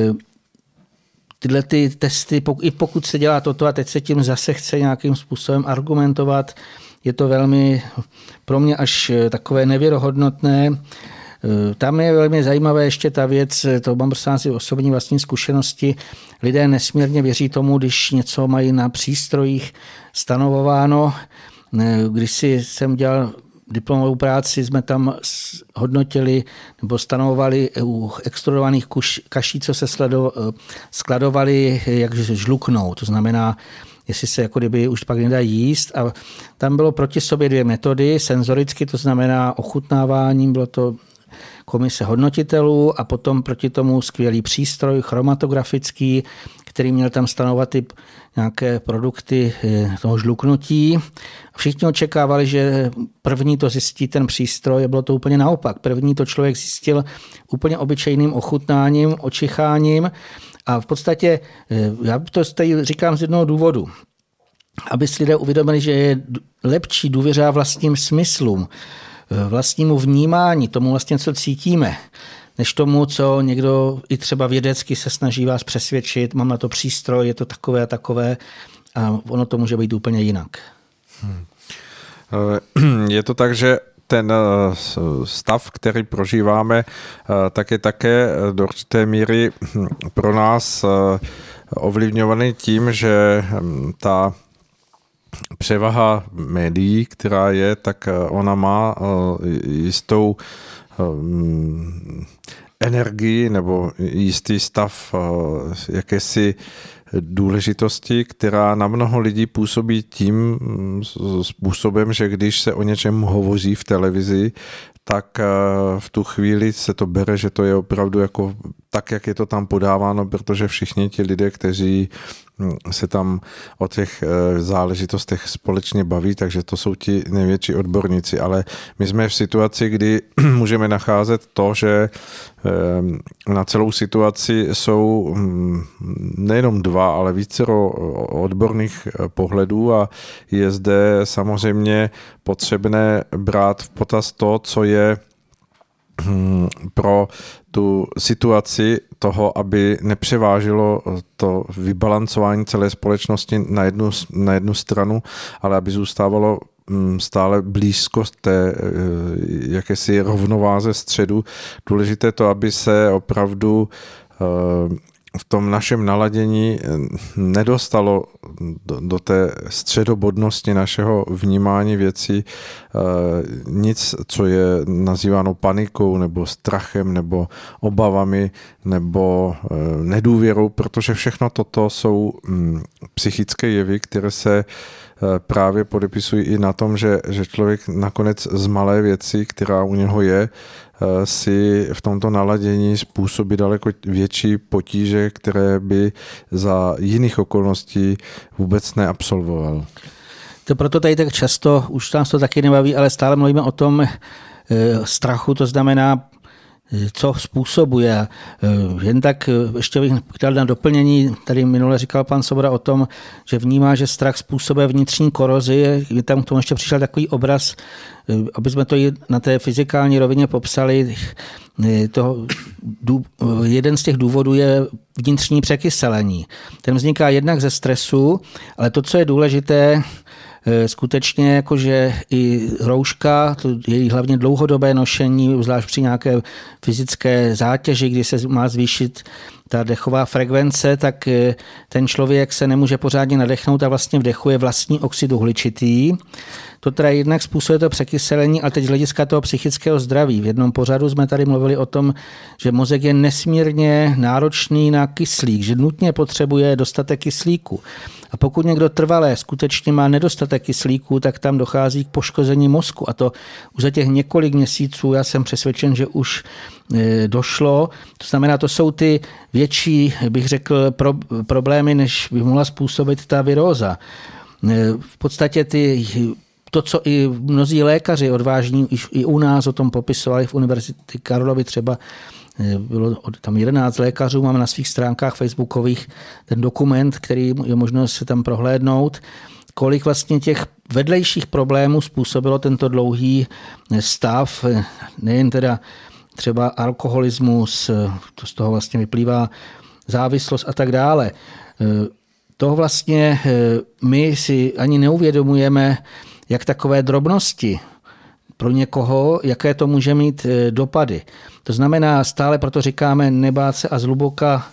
tyhle ty testy, i pokud se dělá toto a teď se tím zase chce nějakým způsobem argumentovat, je to velmi pro mě až takové nevěrohodnotné. Tam je velmi zajímavé ještě ta věc, to mám prostě osobní vlastní zkušenosti. Lidé nesmírně věří tomu, když něco mají na přístrojích stanovováno. Když jsem dělal diplomovou práci, jsme tam hodnotili nebo stanovovali u extrudovaných kaší, co se skladovali, jak žluknou. To znamená, jestli se jako kdyby už pak nedají jíst. A tam bylo proti sobě dvě metody. Senzoricky, to znamená ochutnáváním, bylo to komise hodnotitelů a potom proti tomu skvělý přístroj chromatografický, který měl tam stanovat ty nějaké produkty toho žluknutí. Všichni očekávali, že první to zjistí ten přístroj a bylo to úplně naopak. První to člověk zjistil úplně obyčejným ochutnáním, očicháním a v podstatě já to tady říkám z jednoho důvodu. Aby si lidé uvědomili, že je lepší důvěřovat vlastním smyslům. vlastnímu vnímání, tomu vlastně, co cítíme, než tomu, co někdo i třeba vědecky se snaží vás přesvědčit, mám na to přístroj, je to takové a takové a ono to může být úplně jinak. Je to tak, že ten stav, který prožíváme, tak je také do určité míry pro nás ovlivňovaný tím, že ta převaha médií, která je, tak ona má jistou energii nebo jistý stav jakési důležitosti, která na mnoho lidí působí tím způsobem, že když se o něčem hovoří v televizi, tak v tu chvíli se to bere, že to je opravdu jako tak, jak je to tam podáváno, protože všichni ti lidé, kteří se tam o těch záležitostech společně baví, takže to jsou ti největší odborníci, ale my jsme v situaci, kdy můžeme nacházet to, že na celou situaci jsou nejenom dva, ale vícero odborných pohledů a je zde samozřejmě potřebné brát v potaz to, co je pro tu situaci toho, aby nepřevážilo to vybalancování celé společnosti na jednu stranu, ale aby zůstávalo stále blízkost té jakési rovnováze středu. Důležité to, aby se opravdu v tom našem naladění nedostalo do té středobodnosti našeho vnímání věcí nic, co je nazýváno panikou nebo strachem nebo obavami nebo nedůvěrou, protože všechno toto jsou psychické jevy, které se právě podepisují i na tom, že člověk nakonec z malé věci, která u něho je, si v tomto naladění způsobí daleko větší potíže, které by za jiných okolností vůbec neabsolvoval. To proto tady tak často, už nás to taky nebaví, ale stále mluvíme o tom strachu, to znamená, co způsobuje. Jen tak ještě bych dal na doplnění, tady minule říkal pan Svoboda o tom, že vnímá, že strach způsobuje vnitřní korozi. Tam k tomu ještě přišel takový obraz, aby jsme to na té fyzikální rovině popsali. Jeden z těch důvodů je vnitřní překyselení. Ten vzniká jednak ze stresu, ale to, co je důležité, skutečně jakože i rouška, to je hlavně dlouhodobé nošení, zvlášť při nějaké fyzické zátěži, kdy se má zvýšit ta dechová frekvence, tak ten člověk se nemůže pořádně nadechnout a vlastně vdechuje vlastní oxid uhličitý. To teda jednak způsobuje to překyselení, ale teď z hlediska toho psychického zdraví. V jednom pořadu jsme tady mluvili o tom, že mozek je nesmírně náročný na kyslík, že nutně potřebuje dostatek kyslíku. A pokud někdo trvalé skutečně má nedostatek kyslíku, tak tam dochází k poškození mozku. A to už za těch několik měsíců, já jsem přesvědčen, že už došlo. To znamená, to jsou ty větší, bych řekl, problémy, než by mohla způsobit ta viróza. V podstatě to, co i mnozí lékaři odvážní, i u nás o tom popisovali v Univerzitě Karlovy třeba, bylo tam 11 lékařů, máme na svých stránkách facebookových ten dokument, který je možno se tam prohlédnout, kolik vlastně těch vedlejších problémů způsobilo tento dlouhý stav, nejen teda třeba alkoholismus, to z toho vlastně vyplývá závislost a tak dále. To vlastně my si ani neuvědomujeme, jak takové drobnosti pro někoho, jaké to může mít dopady. To znamená, stále proto říkáme nebát se a zhluboka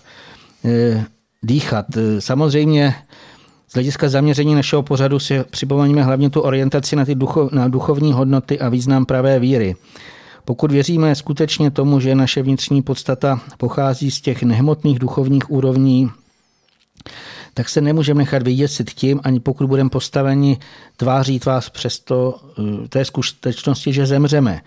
dýchat. Samozřejmě z hlediska zaměření našeho pořadu si připomeňme hlavně tu orientaci na duchovní hodnoty a význam pravé víry. Pokud věříme skutečně tomu, že naše vnitřní podstata pochází z těch nehmotných duchovních úrovní, tak se nemůžeme nechat vyděsit tím, ani pokud budeme postaveni tváří tvář přesto té skutečnosti, že zemřeme.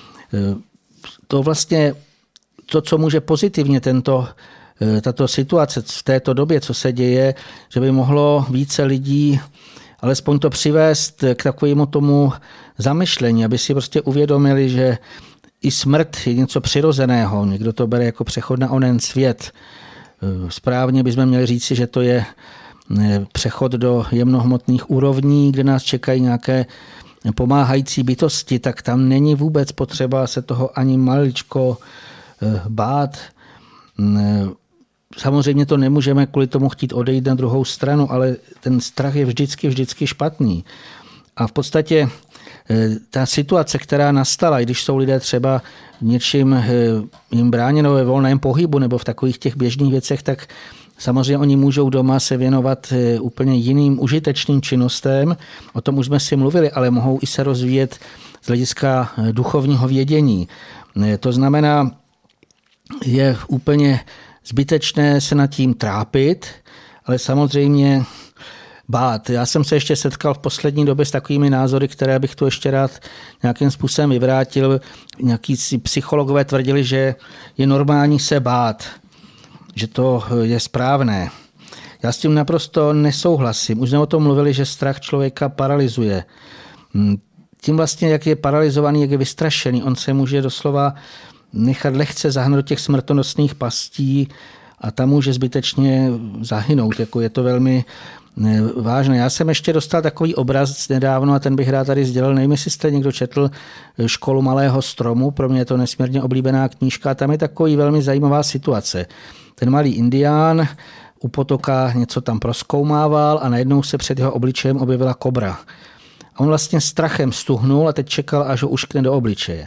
To vlastně, to, co může pozitivně tato situace v této době, co se děje, že by mohlo více lidí alespoň to přivést k takovému tomu zamyšlení, aby si prostě uvědomili, že i smrt je něco přirozeného. Někdo to bere jako přechod na onen svět. Správně bychom měli říci, že to je přechod do jemnohmotných úrovní, kde nás čekají nějaké pomáhající bytosti, tak tam není vůbec potřeba se toho ani maličko bát. Samozřejmě to nemůžeme kvůli tomu chtít odejít na druhou stranu, ale ten strach je vždycky špatný. A v podstatě ta situace, která nastala, když jsou lidé třeba něčím jim bráněno ve volném pohybu nebo v takových těch běžných věcech, tak samozřejmě oni můžou doma se věnovat úplně jiným užitečným činnostem. O tom už jsme si mluvili, ale mohou i se rozvíjet z hlediska duchovního vědění. To znamená, je úplně zbytečné se nad tím trápit, ale samozřejmě bát. Já jsem se ještě setkal v poslední době s takovými názory, které bych tu ještě rád nějakým způsobem vyvrátil. Nějaký psychologové tvrdili, že je normální se bát, že to je správné. Já s tím naprosto nesouhlasím. Už jsme o tom mluvili, že strach člověka paralyzuje. Tím vlastně, jak je paralyzovaný, jak je vystrašený, on se může doslova nechat lehce zahnat do těch smrtonosných pastí a tam může zbytečně zahynout. Jako je to velmi vážné. Já jsem ještě dostal takový obraz nedávno a ten bych rád tady sdělil. Nevím, jestli jste někdo četl Školu malého stromu. Pro mě je to nesmírně oblíbená knížka. Tam je takový velmi zajímavá situace. Ten malý indián u potoka něco tam prozkoumával a najednou se před jeho obličejem objevila kobra. A on vlastně strachem stuhnul a teď čekal, až ho uškne do obličeje.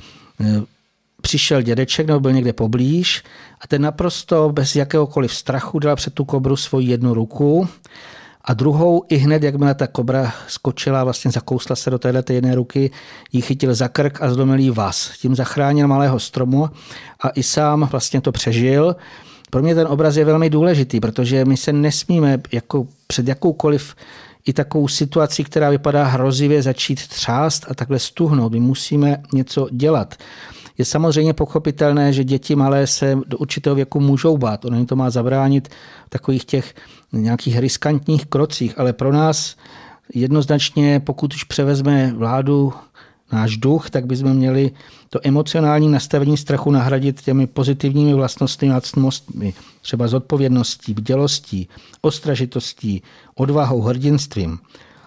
Přišel dědeček, nebo byl někde poblíž a ten naprosto bez jakéhokoliv strachu dal před tu kobru svoji jednu ruku a druhou i hned, jakmile ta kobra skočila, vlastně zakousla se do této jedné ruky, ji chytil za krk a zlomil jí vaz. Tím zachránil malého stromu a i sám vlastně to přežil. Pro mě ten obraz je velmi důležitý, protože my se nesmíme jako před jakoukoliv i takovou situací, která vypadá hrozivě, začít třást a takhle stuhnout. My musíme něco dělat. Je samozřejmě pochopitelné, že děti malé se do určitého věku můžou bát. Ono jim to má zabránit v takových těch nějakých riskantních krocích, ale pro nás jednoznačně, pokud už převezme vládu náš duch, tak bychom měli to emocionální nastavení strachu nahradit těmi pozitivními vlastnostmi a ctnostmi, třeba zodpovědností, bdělostí, ostražitostí, odvahou, hrdinstvím.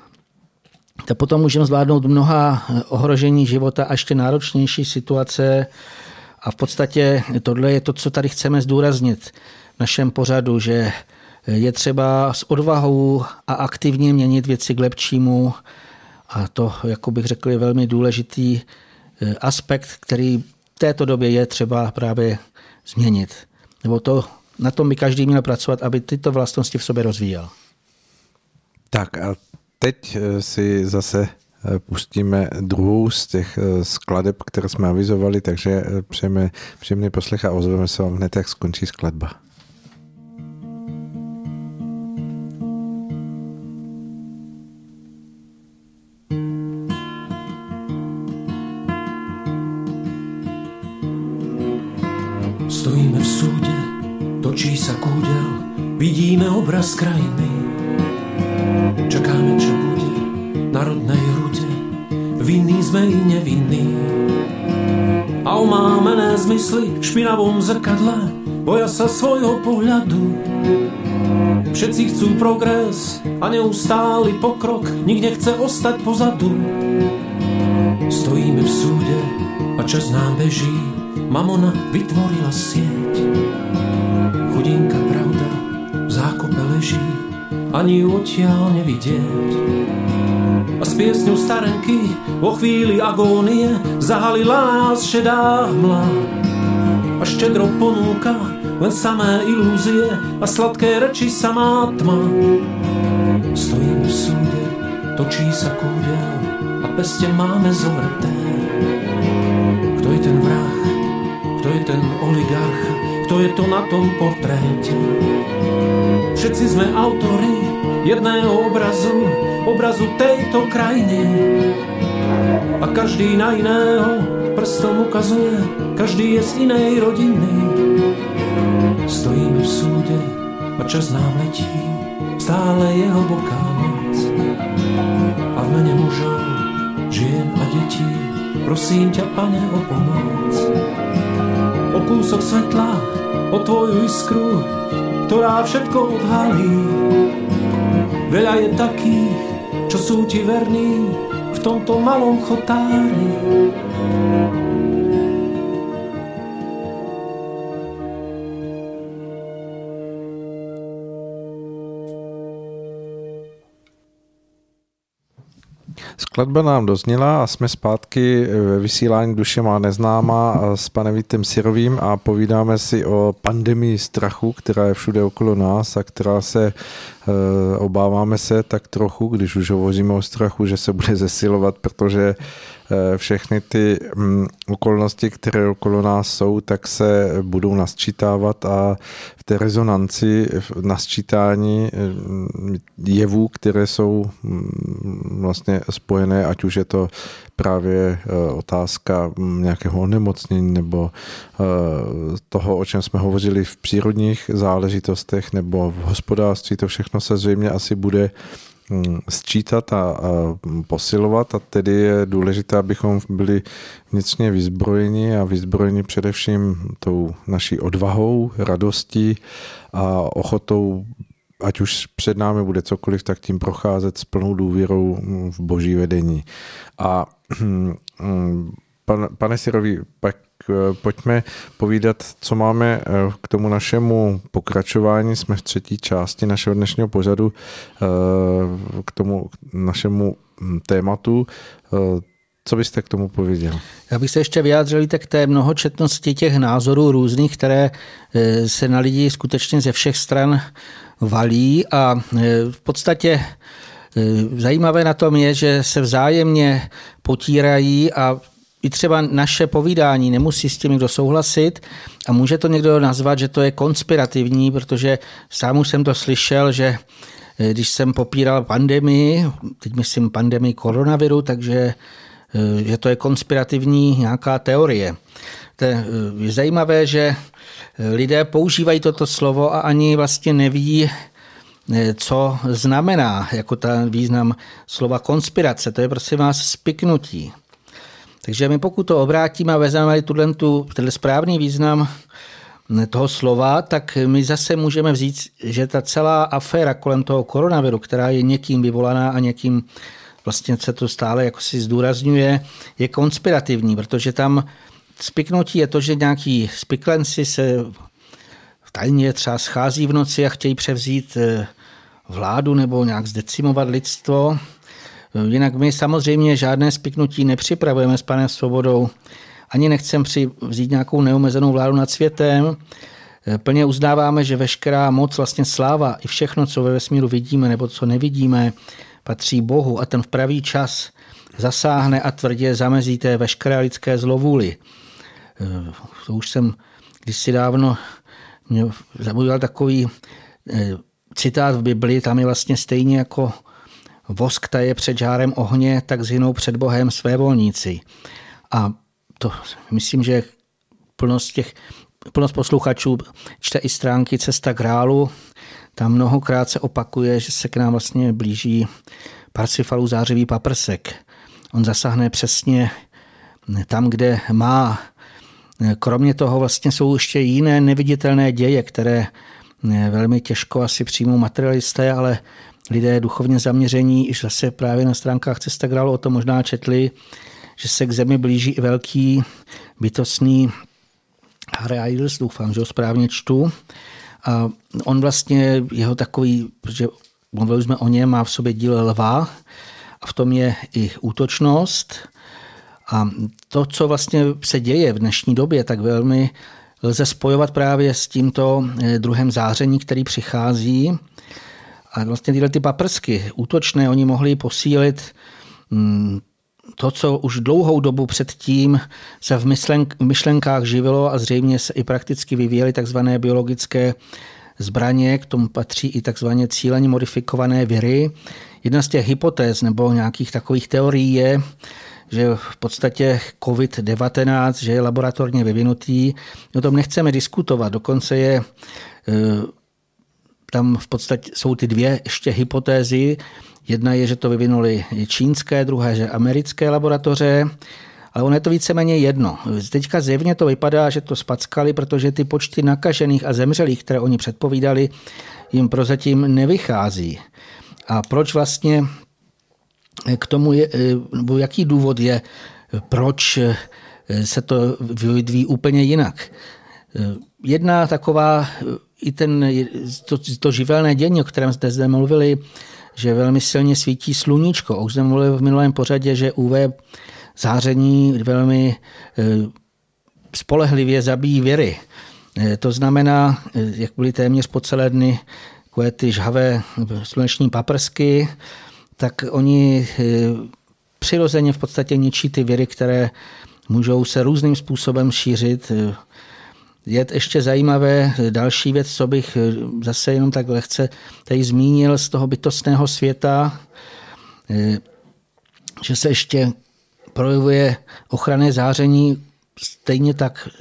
Tak potom můžeme zvládnout mnoha ohrožení života a ještě náročnější situace a v podstatě tohle je to, co tady chceme zdůraznit v našem pořadu, že je třeba s odvahou a aktivně měnit věci k lepšímu a to, jako bych řekl, je velmi důležitý aspekt, který v této době je třeba právě změnit. Nebo to, na tom by každý měl pracovat, aby tyto vlastnosti v sobě rozvíjel. Tak a teď si zase pustíme druhou z těch skladeb, které jsme avizovali, takže přejeme příjemný poslech a ozveme se vám hned, jak skončí skladba. Stojíme v súde, točí sa kúdel, vidíme obraz krajiny. Čakáme, čo bude na rodnej rude, vinní sme i nevinní. A omámené zmysly v špinavom zrkadle boja sa svojho pohľadu. Všetci chcú progres a neustály pokrok, nik nechce ostať pozadu. Stojíme v súde a čas nám beží, mamona vytvorila sieť. Chudinka pravda v zákope leží, ani ju odtiaľ nevidieť. A s piesňou starenky vo chvíli agónie zahalila nás šedá hmla. A štedro ponúka len samé ilúzie a sladké reči samá tma. Stojím v súde, točí sa kúdel a peste máme zovreté. Kto je ten vrah? Kto je ten oligarcha? Kto je to na tom portréte? Všetci sme autori jedného obrazu tejto krajiny. A každý na iného prstom ukazuje, každý je z inej rodiny. Stojíme v súde a čas nám letí, stále je hlboká noc. A v mene mužov, žien a detí prosím ťa, Pane, o pomoc. O kúsok svetla, o tvoju iskru, ktorá všetko odhalí. Veľa je takých, čo sú ti verní, v tomto malom chotári. Skladba nám dozněla a jsme zpátky ve vysílání Duše má neznámá s panem Vítem Syrovým a povídáme si o pandemii strachu, která je všude okolo nás a která se, obáváme se tak trochu, když už hovoříme o strachu, že se bude zesilovat, protože všechny ty okolnosti, které okolo nás jsou, tak se budou nasčítávat a v té rezonanci, v nasčítání jevů, které jsou vlastně spojené, ať už je to právě otázka nějakého onemocnění nebo toho, o čem jsme hovořili v přírodních záležitostech nebo v hospodářství, to všechno se zřejmě asi bude sčítat a posilovat a tedy je důležité, abychom byli vnitřně vyzbrojeni a vyzbrojeni především tou naší odvahou, radostí a ochotou, ať už před námi bude cokoliv, tak tím procházet s plnou důvěrou v boží vedení. A pane Syrový, pak pojďme povídat, co máme k tomu našemu pokračování. Jsme v třetí části našeho dnešního pořadu k tomu našemu tématu. Co byste k tomu pověděl? Já bych se ještě vyjádřil k té mnohočetnosti těch názorů různých, které se na lidi skutečně ze všech stran valí a v podstatě zajímavé na tom je, že se vzájemně potírají a i třeba naše povídání nemusí s tím někdo souhlasit a může to někdo nazvat, že to je konspirativní, protože sám už jsem to slyšel, že když jsem popíral pandemii, teď myslím pandemii koronaviru, takže že to je konspirativní nějaká teorie. To je zajímavé, že lidé používají toto slovo a ani vlastně neví, co znamená, jako ten význam slova konspirace. To je prosím vás spiknutí. Takže my pokud to obrátíme a vezmeme tenhle správný význam toho slova, tak my zase můžeme vzít, že ta celá aféra kolem toho koronaviru, která je někým vyvolaná a někým vlastně se to stále jako si zdůrazňuje, je konspirativní, protože tam spiknutí je to, že nějaký spiklenci se tajně třeba schází v noci a chtějí převzít vládu nebo nějak zdecimovat lidstvo. Jinak my samozřejmě žádné spiknutí nepřipravujeme s panem Svobodou, ani nechceme vzít nějakou neomezenou vládu nad světem. Plně uznáváme, že veškerá moc, vlastně sláva i všechno, co ve vesmíru vidíme nebo co nevidíme, patří Bohu a ten v pravý čas zasáhne a tvrdě zamezí té veškeré lidské zlovůli. To už jsem kdysi dávno mě zaujal takový citát v Biblii, tam je vlastně stejně jako vosk taje před žárem ohně, tak zhynou před Bohem svévolníci. A to myslím, že plnost posluchačů čte i stránky Cesta k rálu. Tam mnohokrát se opakuje, že se k nám vlastně blíží Parsifalův zářivý paprsek. On zasáhne přesně tam, kde má. Kromě toho vlastně jsou ještě jiné neviditelné děje, které velmi těžko asi přijmou materialisté, ale lidé duchovně zaměření, iž zase právě na stránkách Cesta k rálu o tom možná četli, že se k zemi blíží i velký bytostný Harry Idles, doufám, že ho správně čtu. A on vlastně, jeho takový, protože mluvili jsme o něm, má v sobě díl lva a v tom je i útočnost. A to, co vlastně se děje v dnešní době, tak velmi lze spojovat právě s tímto druhem záření, který přichází. A vlastně tyhle ty paprsky útočné, oni mohli posílit to, co už dlouhou dobu předtím se v myšlenkách živilo a zřejmě se i prakticky vyvíjely takzvané biologické zbraně, k tomu patří i takzvaně cíleně modifikované viry. Jedna z těch hypotéz nebo nějakých takových teorií je, že v podstatě COVID-19, že je laboratorně vyvinutý. O tom nechceme diskutovat, dokonce je tam v podstatě jsou ty dvě ještě hypotézy. Jedna je, že to vyvinuli čínské, druhé, že americké laboratoře, ale ono je to víceméně jedno. Teďka zjevně to vypadá, že to spackali, protože ty počty nakažených a zemřelých, které oni předpovídali, jim prozatím nevychází. A proč vlastně k tomu je, nebo jaký důvod je, proč se to vyvíjí úplně jinak. Jedna taková, i to živelné dění, o kterém jste zde mluvili, že velmi silně svítí sluníčko. Už jsme mluvili v minulém pořadě, že UV záření velmi spolehlivě zabíjí viry. To znamená, jak byly téměř po celé dny takové ty žhavé sluneční paprsky, tak oni přirozeně v podstatě ničí ty viry, které můžou se různým způsobem šířit. Je ještě zajímavé další věc, co bych zase jenom tak lehce tady zmínil z toho bytostného světa, že se ještě projevuje ochranné záření, stejně tak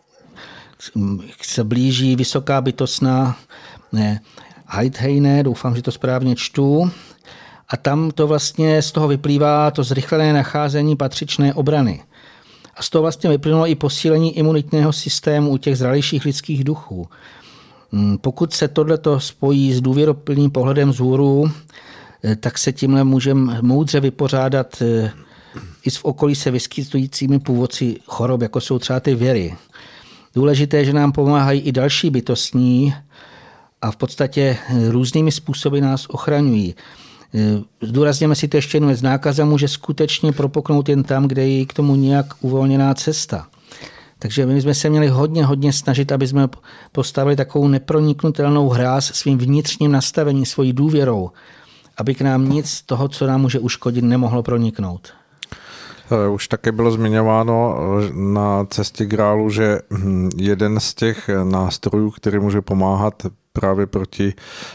se blíží vysoká bytostná Heidheine, doufám, že to správně čtu, a tam to vlastně z toho vyplývá to zrychlené nacházení patřičné obrany. A z toho vlastně vyplynulo i posílení imunitního systému u těch zralějších lidských duchů. Pokud se tohleto spojí s důvěryplným pohledem vzhůru, tak se tímhle můžeme moudře vypořádat i s v okolí se vyskytujícími původci chorob, jako jsou třeba ty viry. Důležité je, že nám pomáhají i další bytostní a v podstatě různými způsoby nás ochraňují. Zdůrazněme si to ještě jednou, nákaza může skutečně propuknout jen tam, kde je k tomu nějak uvolněná cesta. Takže my jsme se měli hodně snažit, aby jsme postavili takovou neproniknutelnou hráz svým vnitřním nastavením, svojí důvěrou, aby k nám nic z toho, co nám může uškodit, nemohlo proniknout. Už také bylo zmiňováno na cestě Grálu, že jeden z těch nástrojů, který může pomáhat právě proti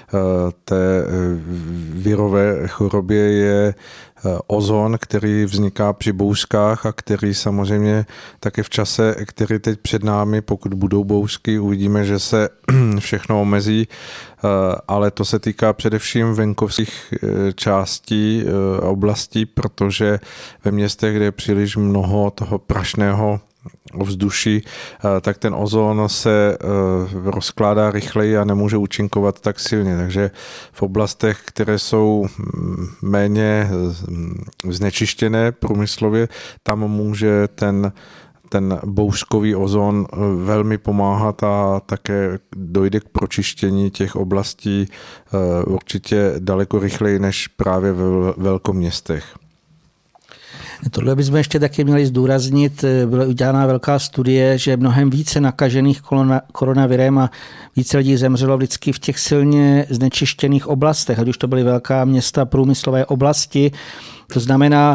té virové chorobě, je ozon, který vzniká při bouřkách a který samozřejmě také v čase, který teď před námi, pokud budou bouřky, uvidíme, že se všechno omezí, ale to se týká především venkovských částí a oblastí, protože ve městech, kde je příliš mnoho toho prašného ovzduší, tak ten ozon se rozkládá rychleji a nemůže účinkovat tak silně. Takže v oblastech, které jsou méně znečištěné průmyslově, tam může ten bouřkový ozon velmi pomáhat a také dojde k pročištění těch oblastí určitě daleko rychleji než právě ve velkoměstech. Tohle bychom ještě taky měli zdůraznit. Byla udělána velká studie, že mnohem více nakažených koronavirem a více lidí zemřelo vždycky v těch silně znečištěných oblastech, ať už to byly velká města, průmyslové oblasti. To znamená,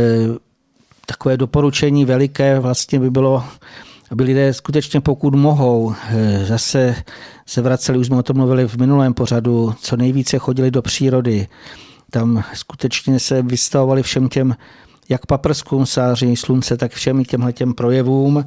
takové doporučení veliké vlastně by bylo, aby lidé skutečně, pokud mohou, zase se vraceli, už jsme o tom mluvili v minulém pořadu, co nejvíce chodili do přírody. Tam skutečně se vystavovali všem těm jak paprskům, záření slunce, tak všem těmhletěm projevům.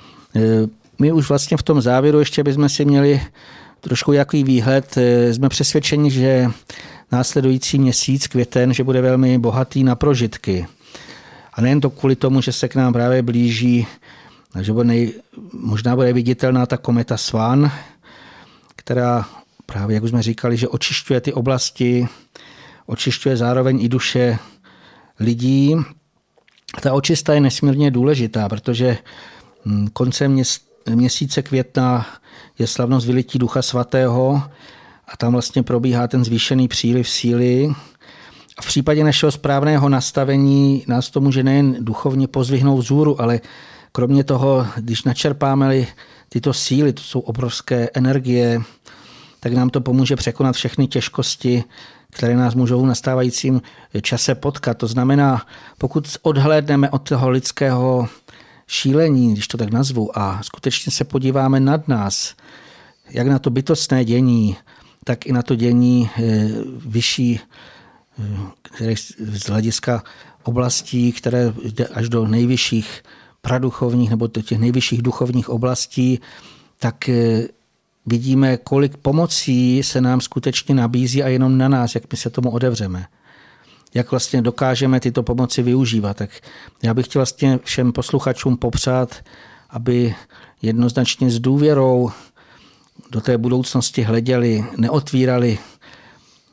My už vlastně v tom závěru ještě bychom si měli trošku jaký výhled. Jsme přesvědčeni, že následující měsíc, květen, že bude velmi bohatý na prožitky. A nejen to kvůli tomu, že se k nám právě blíží, že možná bude viditelná ta kometa Swan, která právě, jak už jsme říkali, že očišťuje ty oblasti, očišťuje zároveň i duše lidí. Ta očista je nesmírně důležitá, protože koncem měsíce května je slavnost vylití Ducha Svatého a tam vlastně probíhá ten zvýšený příliv síly. A v případě našeho správného nastavení nás to může nejen duchovně pozvihnout vzhůru, ale kromě toho, když načerpáme tyto síly, to jsou obrovské energie, tak nám to pomůže překonat všechny těžkosti, které nás můžou v nastávajícím čase potkat. To znamená, pokud odhlédneme od toho lidského šílení, když to tak nazvu, a skutečně se podíváme nad nás, jak na to bytostné dění, tak i na to dění vyšší, které z hlediska oblastí, které jde až do nejvyšších praduchovních nebo do těch nejvyšších duchovních oblastí, tak vidíme, kolik pomocí se nám skutečně nabízí a jenom na nás, jak my se tomu otevřeme. Jak vlastně dokážeme tyto pomoci využívat. Tak já bych chtěl vlastně všem posluchačům popřát, aby jednoznačně s důvěrou do té budoucnosti hleděli, neotvírali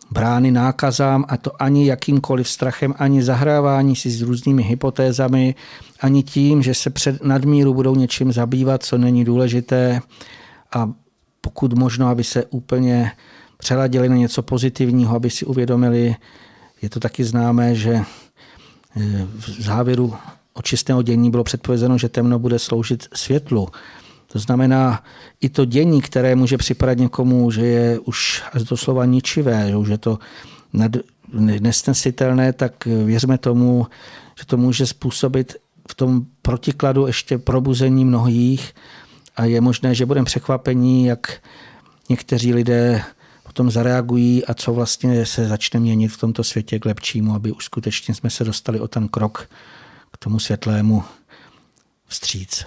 brány nákazám, a to ani jakýmkoliv strachem, ani zahrávání si s různými hypotézami, ani tím, že se nadmíru budou něčím zabývat, co není důležité, a pokud možno, aby se úplně přeladili na něco pozitivního, aby si uvědomili, je to taky známé, že v závěru očistného dění bylo předpovězeno, že temno bude sloužit světlu. To znamená, i to dění, které může připadat někomu, že je už až doslova ničivé, že už je to nesnesitelné, tak věřme tomu, že to může způsobit v tom protikladu ještě probuzení mnohých, a je možné, že budeme překvapení, jak někteří lidé potom zareagují a co vlastně se začne měnit v tomto světě k lepšímu, aby už skutečně jsme se dostali o ten krok k tomu světlému vstříc.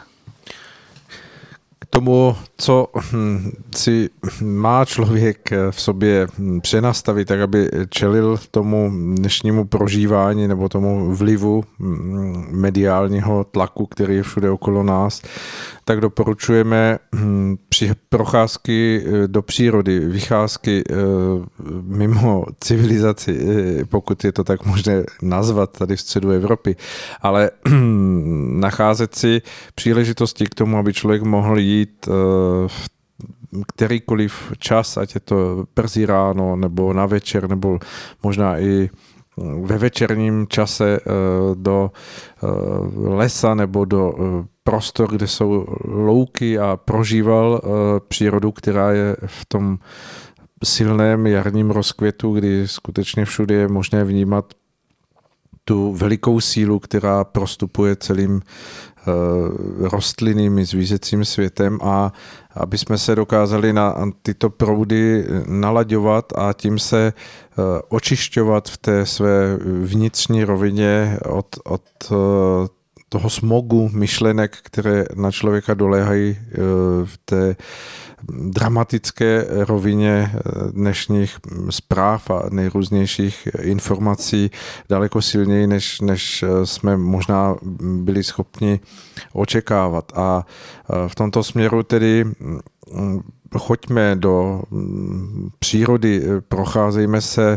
K tomu, co si má člověk v sobě přenastavit, tak aby čelil tomu dnešnímu prožívání nebo tomu vlivu mediálního tlaku, který je všude okolo nás, tak doporučujeme procházky do přírody, vycházky mimo civilizaci, pokud je to tak možné nazvat tady v středu Evropy, ale nacházet si příležitosti k tomu, aby člověk mohl jít v kterýkoliv čas, ať je to brzy ráno, nebo na večer, nebo možná i ve večerním čase do lesa nebo do prostor, kde jsou louky, a prožíval přírodu, která je v tom silném jarním rozkvětu, kdy skutečně všude je možné vnímat tu velikou sílu, která prostupuje celým rostlinným i zvířecím světem, a aby jsme se dokázali na tyto proudy nalaďovat a tím se očišťovat v té své vnitřní rovině od toho smogu myšlenek, které na člověka doléhají v té dramatické rovině dnešních zpráv a nejrůznějších informací daleko silněji, než jsme možná byli schopni očekávat. A v tomto směru tedy choďme do přírody, procházejme se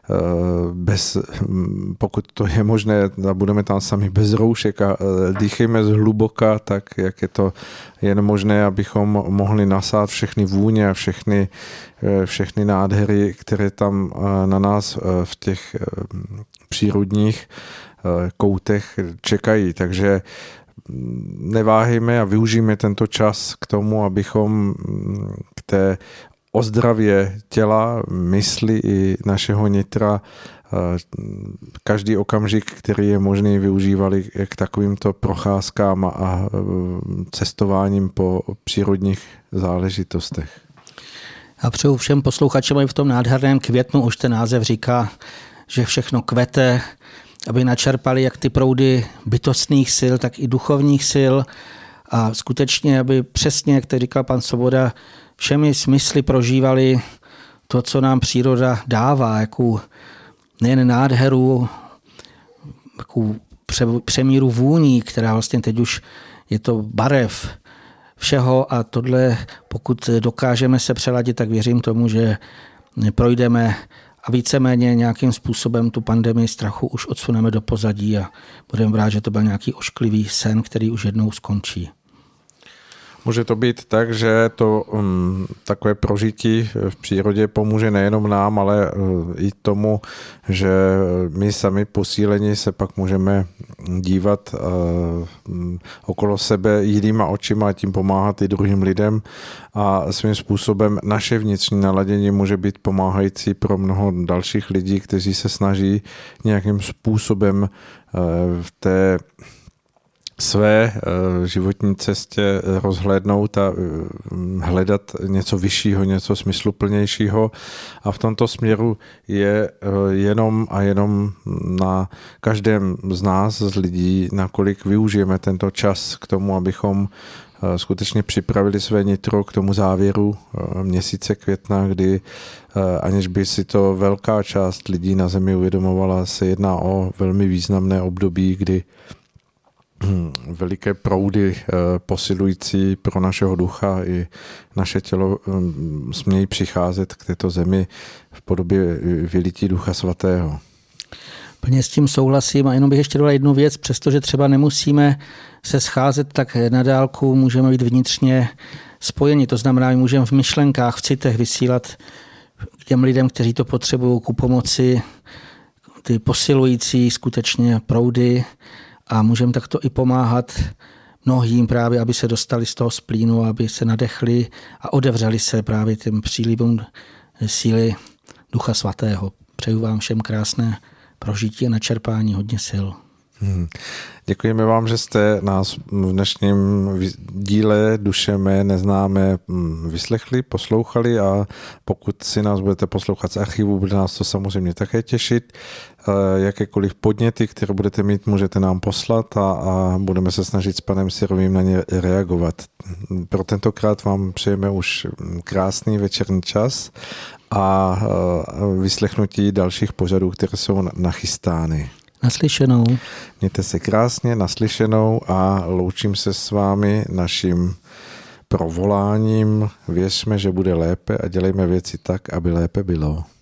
pokud to je možné, budeme tam sami bez roušek a dýchejme zhluboka, tak jak je to jen možné, abychom mohli nasát všechny vůně a všechny nádhery, které tam na nás v těch přírodních koutech čekají. Takže neváhejme a využijeme tento čas k tomu, abychom k té ozdravě těla, mysli i našeho nitra každý okamžik, který je možný, využívali k takovýmto procházkám a cestováním po přírodních záležitostech. A přeju všem posluchačům v tom nádherném květnu, už ten název říká, že všechno kvete, aby načerpali jak ty proudy bytostných sil, tak i duchovních sil, a skutečně, aby přesně, jak tady říkal pan Svoboda, všemi smysly prožívali to, co nám příroda dává, jakou nejen nádheru, jakou přemíru vůní, která vlastně teď už je to barev všeho, a tohle, pokud dokážeme se přeladit, tak věřím tomu, že projdeme a víceméně nějakým způsobem tu pandemii strachu už odsuneme do pozadí a budeme brát, že to byl nějaký ošklivý sen, který už jednou skončí. Může to být tak, že to takové prožití v přírodě pomůže nejenom nám, ale i tomu, že my sami posíleni se pak můžeme dívat okolo sebe jinýma očima a tím pomáhat i druhým lidem, a svým způsobem naše vnitřní naladění může být pomáhající pro mnoho dalších lidí, kteří se snaží nějakým způsobem v té své životní cestě rozhlédnout a hledat něco vyššího, něco smysluplnějšího, a v tomto směru je jenom a jenom na každém z nás, z lidí, nakolik využijeme tento čas k tomu, abychom skutečně připravili své nitro k tomu závěru měsíce května, kdy aniž by si to velká část lidí na zemi uvědomovala, se jedná o velmi významné období, kdy veliké proudy posilující pro našeho ducha i naše tělo smějí přicházet k této zemi v podobě vylití Ducha Svatého. Plně s tím souhlasím a jenom bych ještě dodal jednu věc, přestože třeba nemusíme se scházet tak na dálku, můžeme být vnitřně spojeni, to znamená, my můžeme v myšlenkách, v citech vysílat k těm lidem, kteří to potřebují ku pomoci, ty posilující skutečně proudy a můžeme takto i pomáhat mnohým právě, aby se dostali z toho splínu, aby se nadechli a otevřeli se právě těm přílivům síly Ducha Svatého. Přeju vám všem krásné prožití a načerpání, hodně sil. Děkujeme vám, že jste nás v dnešním díle Duše mé neznámé vyslechli, poslouchali a pokud si nás budete poslouchat z archivu, bude nás to samozřejmě také těšit. Jakékoliv podněty, které budete mít, můžete nám poslat a budeme se snažit s panem Sirovým na ně reagovat. Pro tentokrát vám přejeme už krásný večerní čas a vyslechnutí dalších pořadů, které jsou nachystány. Naslyšenou. Mějte se krásně, naslyšenou a loučím se s vámi naším provoláním. Věřme, že bude lépe a dělejme věci tak, aby lépe bylo.